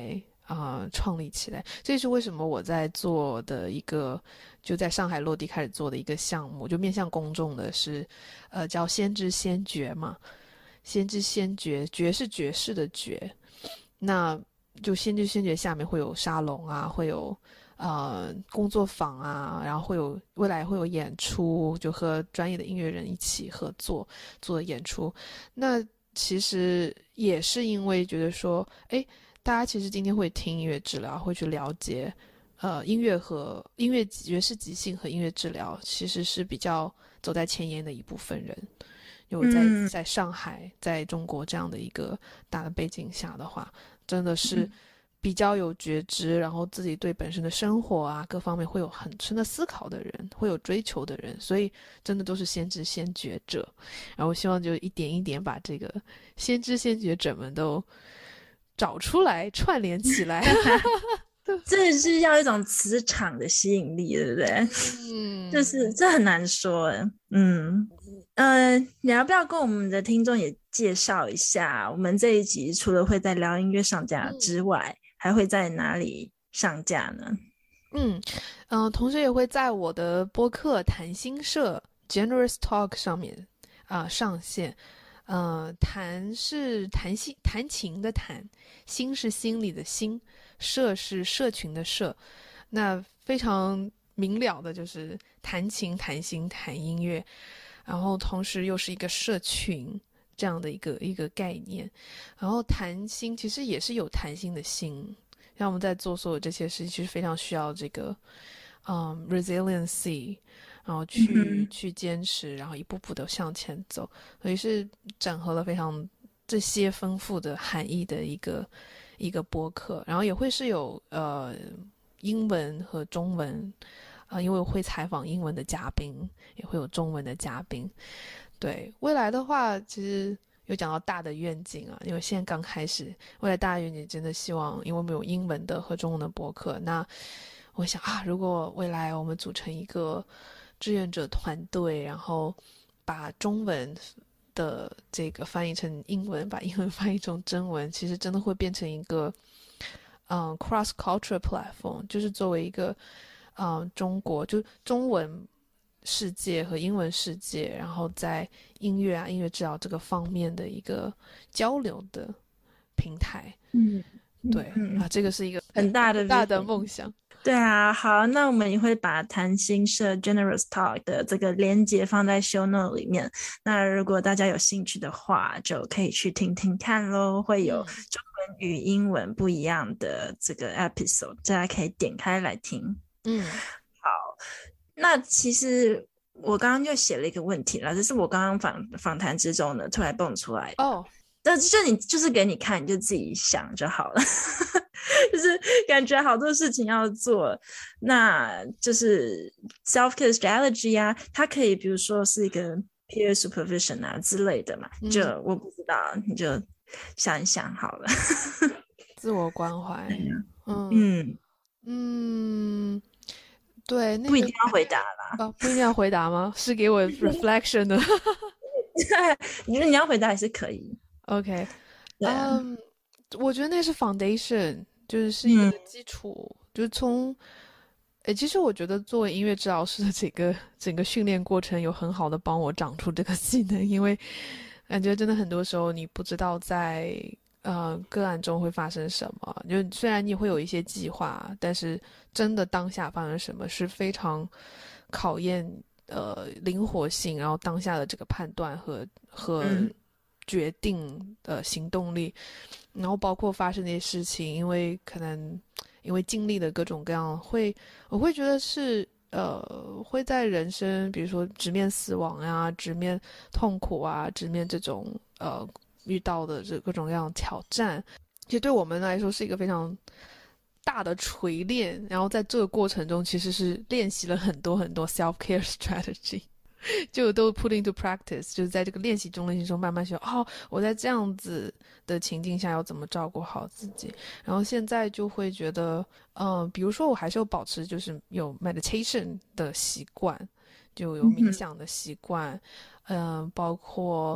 啊、呃、创立起来。这也是为什么我在做的一个就在上海落地开始做的一个项目，就面向公众的是呃叫先知先觉嘛，先知先觉，觉是爵士的觉，那就先知先觉下面会有沙龙啊，会有呃工作坊啊，然后会有未来会有演出，就和专业的音乐人一起合作做的演出。那其实也是因为觉得说，哎，大家其实今天会听音乐治疗，会去了解呃音乐和音乐爵士即兴和音乐治疗其实是比较走在前沿的一部分人。有在嗯在上海在中国这样的一个大的背景下的话，真的是比较有觉知，然后自己对本身的生活啊各方面会有很深的思考的人，会有追求的人，所以真的都是先知先觉者。然后希望就一点一点把这个先知先觉者们都找出来串联起来。 这是要一种磁场的吸引力，对不对？ 嗯， 就是这很难说。嗯呃，你要不要跟我们的听众也介绍一下，我们这一集除了会在聊音乐上架之外，嗯、还会在哪里上架呢？ 嗯嗯、呃，同时也会在我的播客谈心社 Generous Talk 上面啊、呃、上线。呃，谈是谈心弹琴的谈，心是心里的心，社是社群的社。那非常明了的就是弹琴、谈心、谈音乐，然后同时又是一个社群这样的一个一个概念。然后谈心其实也是有谈心的心，像我们在做所有这些事情，其实非常需要这个嗯 resiliency。然后去、嗯、去坚持，然后一步步的向前走，所以是整合了非常这些丰富的含义的一个一个播客。然后也会是有呃英文和中文啊、呃，因为我会采访英文的嘉宾，也会有中文的嘉宾。对，未来的话，其实有讲到大的愿景啊，因为现在刚开始，未来大的愿景真的希望，因为我们有英文的和中文的播客，那我想啊，如果未来我们组成一个志愿者团队，然后把中文的这个翻译成英文，把英文翻译成中文，其实真的会变成一个嗯 cross cultural platform， 就是作为一个嗯中国就中文世界和英文世界，然后在音乐啊音乐治疗这个方面的一个交流的平台。 嗯， 对、嗯、啊，这个是一个很大的很大的梦想。 对啊，好，那我们也会把谈心社 Generous Talk 的这个连结放在 show note 里面。那如果大家有兴趣的话，就可以去听听看咯，会有中文与英文不一样的这个 episode， 大家可以点开来听。 嗯， 好，那其实我刚刚就写了一个问题啦，这是我刚刚访访谈之中呢突然蹦出来的。哦，但就你就是给你看，你就自己想就好了。就是感觉好多事情要做，那就是 self-care strategy 啊，它可以比如说是一个 peer supervision 啊之类的嘛，就、嗯、我不知道，你就想一想好了。 自我关怀，嗯嗯嗯，对、那个， 不一定要回答啦。 哦，不一定要回答吗？是给我 reflection 的。 你觉得你要回答也是可以。 OK， 嗯、um, 我觉得那是 foundation。就是是一个基础、嗯、就是从诶其实我觉得作为音乐治疗师的这个整个训练过程有很好的帮我长出这个技能，因为感觉真的很多时候你不知道在呃个案中会发生什么，就虽然你会有一些计划，但是真的当下发生什么是非常考验呃灵活性，然后当下的这个判断和和决定的行动力、嗯、然后包括发生那些事情，因为可能因为经历的各种各样，会我会觉得是呃会在人生比如说直面死亡啊，直面痛苦啊，直面这种呃遇到的这各种各样的挑战，其实对我们来说是一个非常大的锤炼，然后在这个过程中其实是练习了很多很多 self-care strategy，就都 put into practice， 就是在这个练习中练习中慢慢学哦，我在这样子的情境下要怎么照顾好自己，然后现在就会觉得嗯、呃，比如说我还是有保持就是有 meditation 的习惯，就有冥想的习惯嗯、呃，包括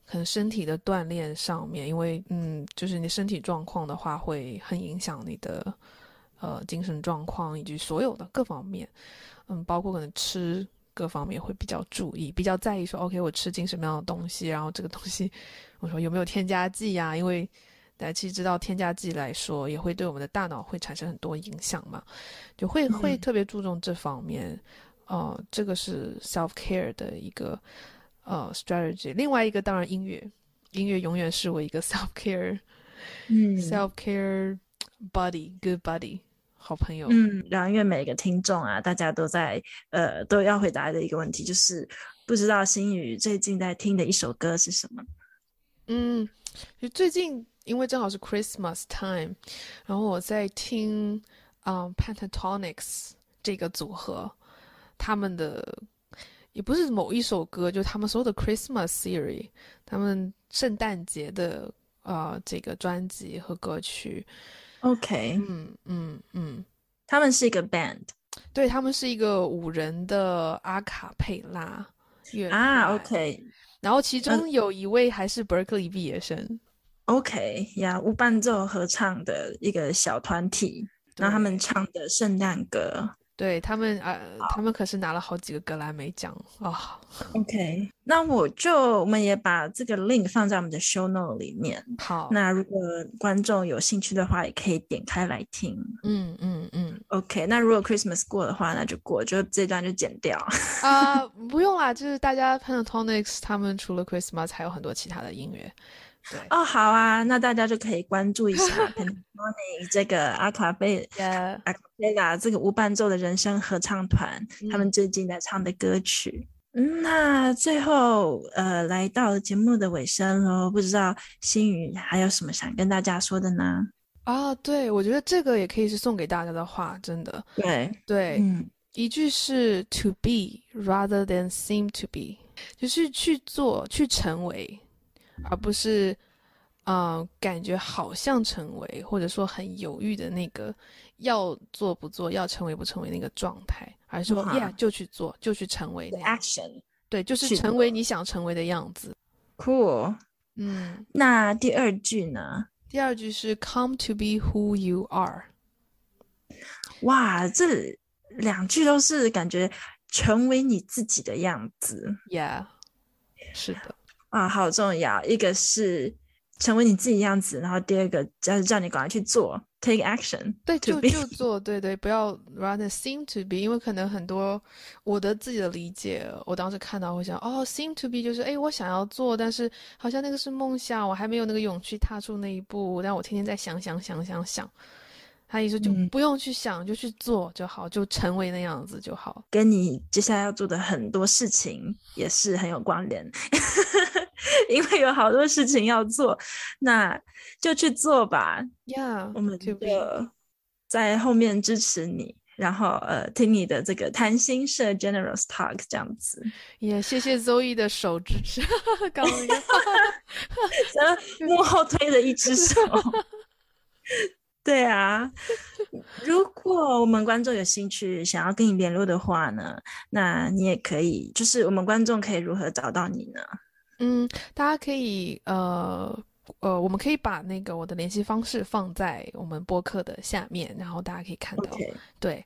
可能身体的锻炼上面，因为嗯，就是你身体状况的话，会很影响你的呃精神状况以及所有的各方面，嗯，包括可能吃各方面会比较注意，比较在意说 OK 我吃进什么样的东西，然后这个东西我说有没有添加剂啊，因为大家其实知道添加剂来说也会对我们的大脑会产生很多影响嘛，就会会特别注重这方面，呃，这个是 self care 的一个呃 strategy。另外一个当然音乐，音乐永远是我一个 self care，嗯，self care buddy good buddy 好朋友。 嗯，然后因为每个听众啊，大家都在呃都要回答的一个问题，就是不知道星宇最近在听的一首歌是什么？ 嗯，就最近因为正好是 Christmas time，然后我在听嗯 Pentatonix 这个组合，他们的也不是某一首歌，就他们所有的 Christmas series， 他们圣诞节的呃这个专辑和歌曲。 OK， 嗯嗯嗯， 他们是一个 band， 对，他们是一个五人的阿卡佩拉乐团啊，OK， 然后其中有一位还是 Berkeley 毕业生。 OK 呀，无伴奏合唱的一个小团体，然后他们唱的圣诞歌。 对他们啊、呃，他们可是拿了好几个格莱美奖啊。 哦、OK， 那我就我们也把这个 link 放在我们的 show note 里面。 好， 那如果观众有兴趣的话，也可以点开来听。 嗯嗯嗯。 OK， 那如果 Christmas 过的话，那就过，就这段就剪掉。 啊、呃，不用啦，就是大家 Pentatonix 他们除了 Christmas 还有很多其他的音乐。对哦，好啊，那大家就可以关注一下 Pentatonix 这个阿卡贝阿卡贝拉这个无伴奏的人声合唱团，嗯、他们最近在唱的歌曲。嗯，那最后呃，来到节目的尾声喽，不知道星宇还有什么想跟大家说的呢？ 啊，对，我觉得这个也可以是送给大家的话，真的。 对对， 嗯， 一句是 to be rather than seem to be， 就是去做，去成为。而不是，呃，感觉好像成为，或者说很犹豫的那个要做不做，要成为不成为那个状态，而是说 ，yeah 就去做，就去成为那样 action， 对，就是成为你想成为的样子。 Cool， 嗯， 那第二句呢？ 第二句是 come to be who you are。 哇，这两句都是感觉成为你自己的样子。 Yeah， 是的。 啊，好重要！一个是成为你自己样子，然后第二个就是叫你赶快去做 ，take action。 对，就就做，对对，不要 rather seem to be， 因为可能很多我的自己的理解，我当时看到会想，哦 ，seem to be 就是哎，我想要做，但是好像那个是梦想，我还没有那个勇气踏出那一步，但我天天在想想想想想。他意思就不用去想，嗯、就去做就好，就成为那样子就好。 跟你接下来要做的很多事情也是很有关联，因为有好多事情要做，那就去做吧。 Yeah， 我们就在后面支持你，然后呃听你的这个谈心社 Generous Talk 这样子。 也、yeah, 谢谢 Zoe 的手支持，刚刚那个幕后推的一只手。对啊，如果我们观众有兴趣想要跟你联络的话呢，那你也可以，就是我们观众可以如何找到你呢？ 嗯，大家可以呃呃，我们可以把那个我的联系方式放在我们播客的下面，然后大家可以看到。 Okay. 对。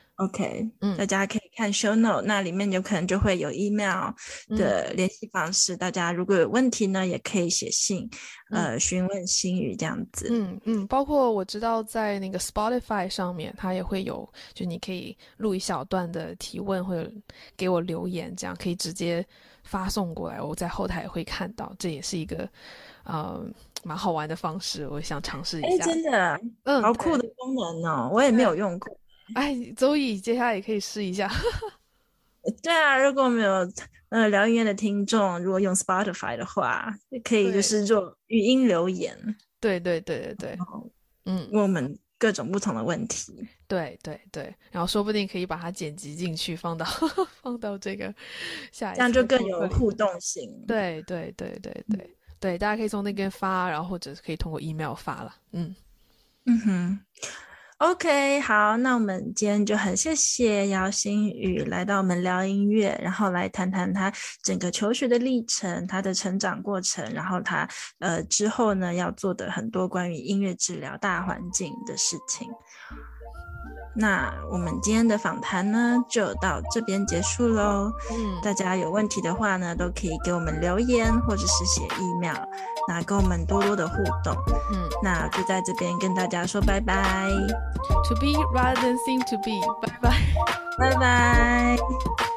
OK，嗯，大家可以看 show note， 那里面有可能就会有 email 的联系方式，嗯、大家如果有问题呢，也可以写信，嗯、呃，询问星宇这样子。 嗯嗯，包括我知道在那个 Spotify 上面，它也会有，就你可以录一小段的提问，或者给我留言，这样可以直接发送过来，我在后台也会看到，这也是一个呃蛮好玩的方式，我想尝试一下。 哎，真的，嗯，好酷的功能哦，我也没有用过。 哎，周易接下来也可以试一下。 对啊，如果没有呃聊音乐的听众，如果用 Spotify 的话，可以就是做语音留言。 对对对对对，嗯， 问我们各种不同的问题。 对对对，然后说不定可以把它剪辑进去，放到放到这个下一次， 这样就更有互动性。 对对对对对、嗯、对，大家可以从那边发，然后或者可以通过 email 发了。嗯嗯哼。 OK，好，那我们今天就很谢谢姚星宇来到我们聊音乐，然后来谈谈他整个求学的历程，他的成长过程，然后他呃之后呢要做的很多关于音乐治疗大环境的事情。那我们今天的访谈呢就到这边结束咯。嗯，大家有问题的话呢都可以给我们留言或者是写 email， 那跟我们多多的互动。嗯，那就在这边跟大家说拜拜。 To be rather than seem to be， 拜拜拜拜。